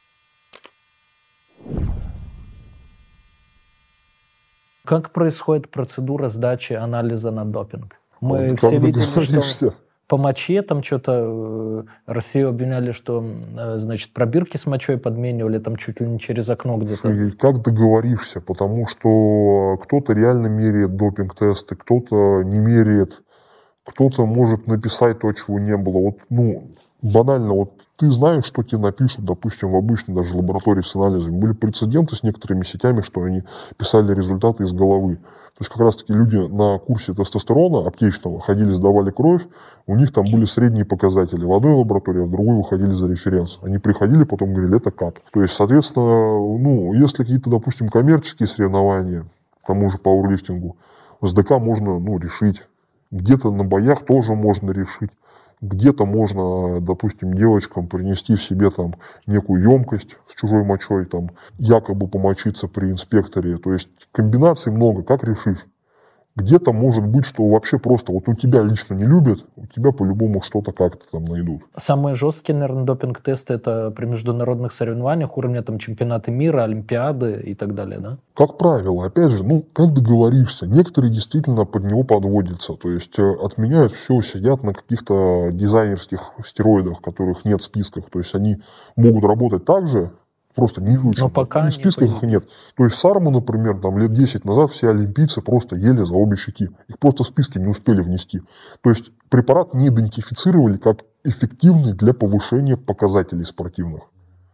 Как происходит процедура сдачи анализа на допинг? Мы Вот все видели, что по моче там что-то Россию обвиняли, что, значит, пробирки с мочой подменивали, там чуть ли не через окно где-то. Как договоришься? Потому что кто-то реально меряет допинг-тесты, кто-то не меряет, кто-то может написать то, чего не было. Вот, банально, вот ты знаешь, что тебе напишут, допустим, в обычной даже лаборатории с анализами. Были прецеденты с некоторыми сетями, что они писали результаты из головы. То есть как раз-таки люди на курсе тестостерона аптечного ходили, сдавали кровь, у них там были средние показатели. В одной лаборатории, а в другой выходили за референс. Они приходили, потом говорили, это кап. То есть, соответственно, если какие-то, допустим, коммерческие соревнования, к тому же пауэрлифтингу, СДК можно решить. Где-то на боях тоже можно решить. Где-то можно, допустим, девочкам принести в себе там некую емкость с чужой мочой, там, якобы помочиться при инспекторе. То есть комбинаций много, как решишь. Где-то может быть, что вообще просто вот тебя лично не любят, у тебя по-любому что-то как-то там найдут. Самые жесткие, наверное, допинг-тесты это при международных соревнованиях, уровня там чемпионаты мира, олимпиады и так далее, да? Как правило, опять же, как договоришься. Некоторые действительно под него подводятся, то есть отменяют все, сидят на каких-то дизайнерских стероидах, которых нет в списках, то есть они могут работать так же, просто не изучено. Но пока в списках их нет. То есть Сарму, например, там, лет 10 назад все олимпийцы просто ели за обе щеки. Их просто в списки не успели внести. То есть препарат не идентифицировали как эффективный для повышения показателей спортивных.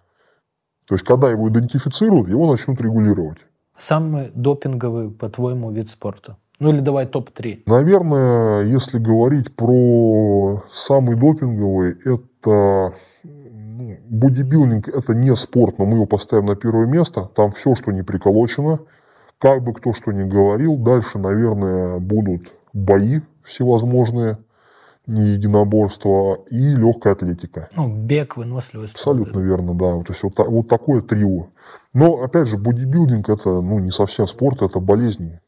То есть когда его идентифицируют, его начнут регулировать. Самый допинговый, по-твоему, вид спорта? Или давай топ-3. Наверное, если говорить про самый допинговый, это... бодибилдинг – это не спорт, но мы его поставим на первое место. Там все, что не приколочено, как бы кто что ни говорил. Дальше, наверное, будут бои всевозможные. единоборства и легкая атлетика. Ну, бег, выносливость. Абсолютно верно, да. То есть вот такое трио. Но, опять же, бодибилдинг – это не совсем спорт, это болезнь.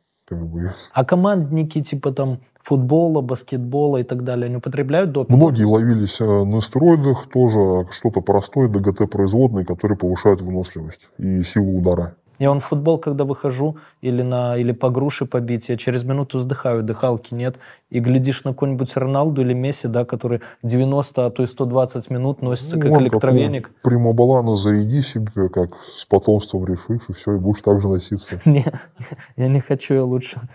А командники типа там футбола, баскетбола и так далее не употребляют допинг? Многие ловились на стероидах, тоже что-то простое, ДГТ-производные, которые повышают выносливость и силу удара. Я в футбол, когда выхожу, или по груши побить, я через минуту вздыхаю, дыхалки нет. И глядишь на какой-нибудь Роналду или Месси, да, который 90, а то и 120 минут носится как электровеник. Примабалана заряди себе, как с потомством решив, и все, и будешь так же носиться. Не, я не хочу, я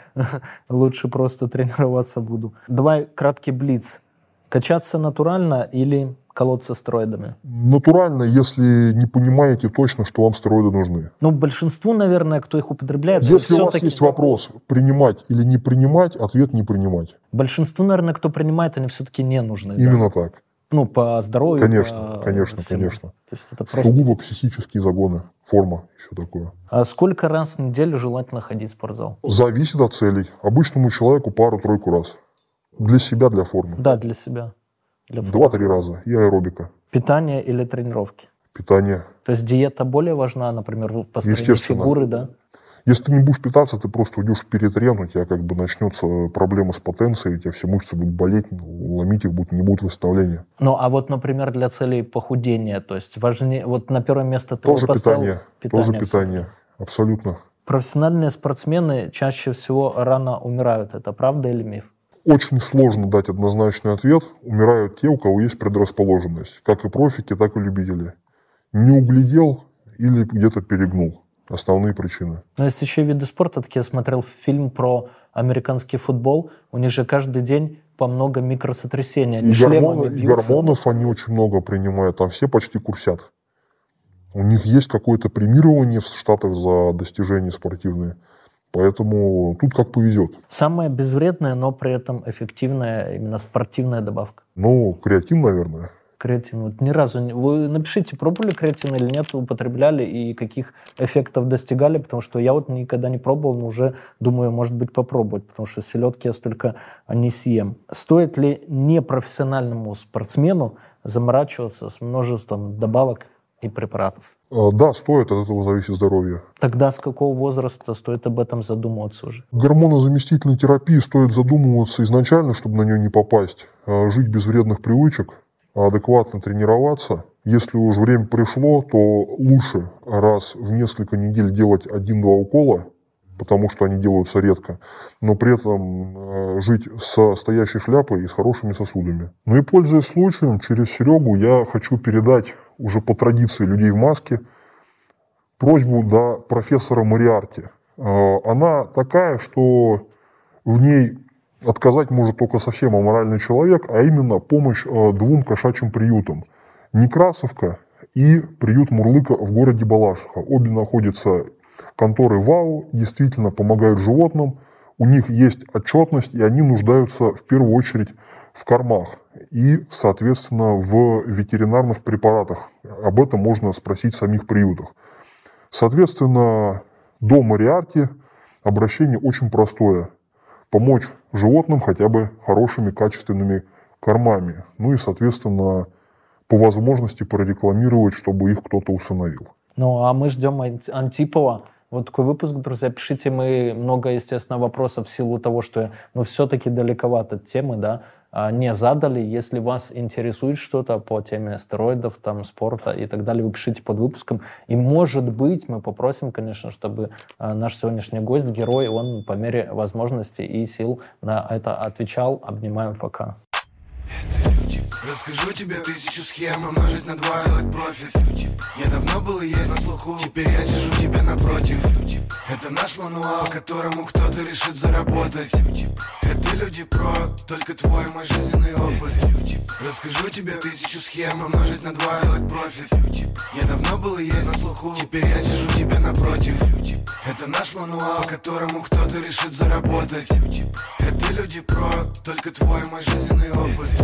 лучше просто тренироваться буду. Давай краткий блиц. Качаться натурально или колоться стероидами? Натурально, если не понимаете точно, что вам стероиды нужны. Ну, большинству, наверное, кто их употребляет... Если у вас есть вопрос, принимать или не принимать, ответ не принимать. Большинству, наверное, кто принимает, они все-таки не нужны. Именно так. Ну, по здоровью. Конечно. То есть это просто... Сугубо психические загоны, форма и все такое. А сколько раз в неделю желательно ходить в спортзал? Зависит от целей. Обычному человеку пару-тройку раз. Для себя, для формы. Да, для себя. 2-3 раза. И аэробика. Питание или тренировки? Питание. То есть диета более важна, например, в построении фигуры, да? Если ты не будешь питаться, ты просто уйдешь в перетрен, у тебя начнется проблема с потенцией, у тебя все мышцы будут болеть, ломить их не будет восстановления. Ну, а вот, например, для целей похудения, то есть важнее, вот на первое место ты тоже поставил питание. Тоже питание, абсолютно. Профессиональные спортсмены чаще всего рано умирают, это правда или миф? Очень сложно дать однозначный ответ. Умирают те, у кого есть предрасположенность. Как и профики, так и любители. Не углядел или где-то перегнул. Основные причины. Но есть еще виды спорта. Так я смотрел фильм про американский футбол. У них же каждый день по много микросотрясений. И гормонов они очень много принимают. Там все почти курсят. У них есть какое-то премирование в Штатах за достижения спортивные. Поэтому тут как повезет. Самая безвредная, но при этом эффективная именно спортивная добавка? Креатин, наверное. Креатин. Вот ни разу не... Вы напишите, пробовали креатин или нет, употребляли и каких эффектов достигали, потому что я никогда не пробовал, но уже думаю, может быть, попробовать, потому что селедки я столько не съем. Стоит ли непрофессиональному спортсмену заморачиваться с множеством добавок и препаратов? Да, стоит, от этого зависит здоровье. Тогда с какого возраста стоит об этом задумываться уже? Гормонозаместительной терапии стоит задумываться изначально, чтобы на нее не попасть. Жить без вредных привычек, адекватно тренироваться. Если уже время пришло, то лучше раз в несколько недель делать 1-2 укола, потому что они делаются редко, но при этом жить со стоящей шляпой и с хорошими сосудами. Ну и пользуясь случаем, через Серегу я хочу передать уже по традиции людей в маске просьбу до профессора Мориарти. Она такая, что в ней отказать может только совсем аморальный человек, а именно помощь 2 кошачьим приютам. Некрасовка и приют Мурлыка в городе Балашиха. Обе находятся конторы ВАУ, действительно помогают животным. У них есть отчетность, и они нуждаются в первую очередь в кормах и, соответственно, в ветеринарных препаратах. Об этом можно спросить в самих приютах. Соответственно, до Мориарти обращение очень простое. Помочь животным хотя бы хорошими, качественными кормами. Ну и, соответственно, по возможности прорекламировать, чтобы их кто-то усыновил. Ну, а мы ждем Антипова. Вот такой выпуск, друзья. Пишите, мы много, естественно, вопросов в силу того, что мы все-таки далековато от темы, да, не задали. Если вас интересует что-то по теме стероидов, там, спорта и так далее, вы пишите под выпуском. И, может быть, мы попросим, конечно, чтобы наш сегодняшний гость, герой, он по мере возможности и сил на это отвечал. Обнимаем, пока. Расскажу тебе 1000 схем, умножить на 2, сделать профит. Я давно был и есть на слуху, теперь я сижу тебе напротив. Это наш мануал, которому кто-то решит заработать. Это люди про, только твой мой жизненный опыт. Расскажу тебе 1000 схем, умножить на 2, сделать профит. Я давно был и есть на слуху, теперь я сижу тебе напротив. Это наш мануал, которому кто-то решит заработать. Это люди про, только твой мой жизненный опыт.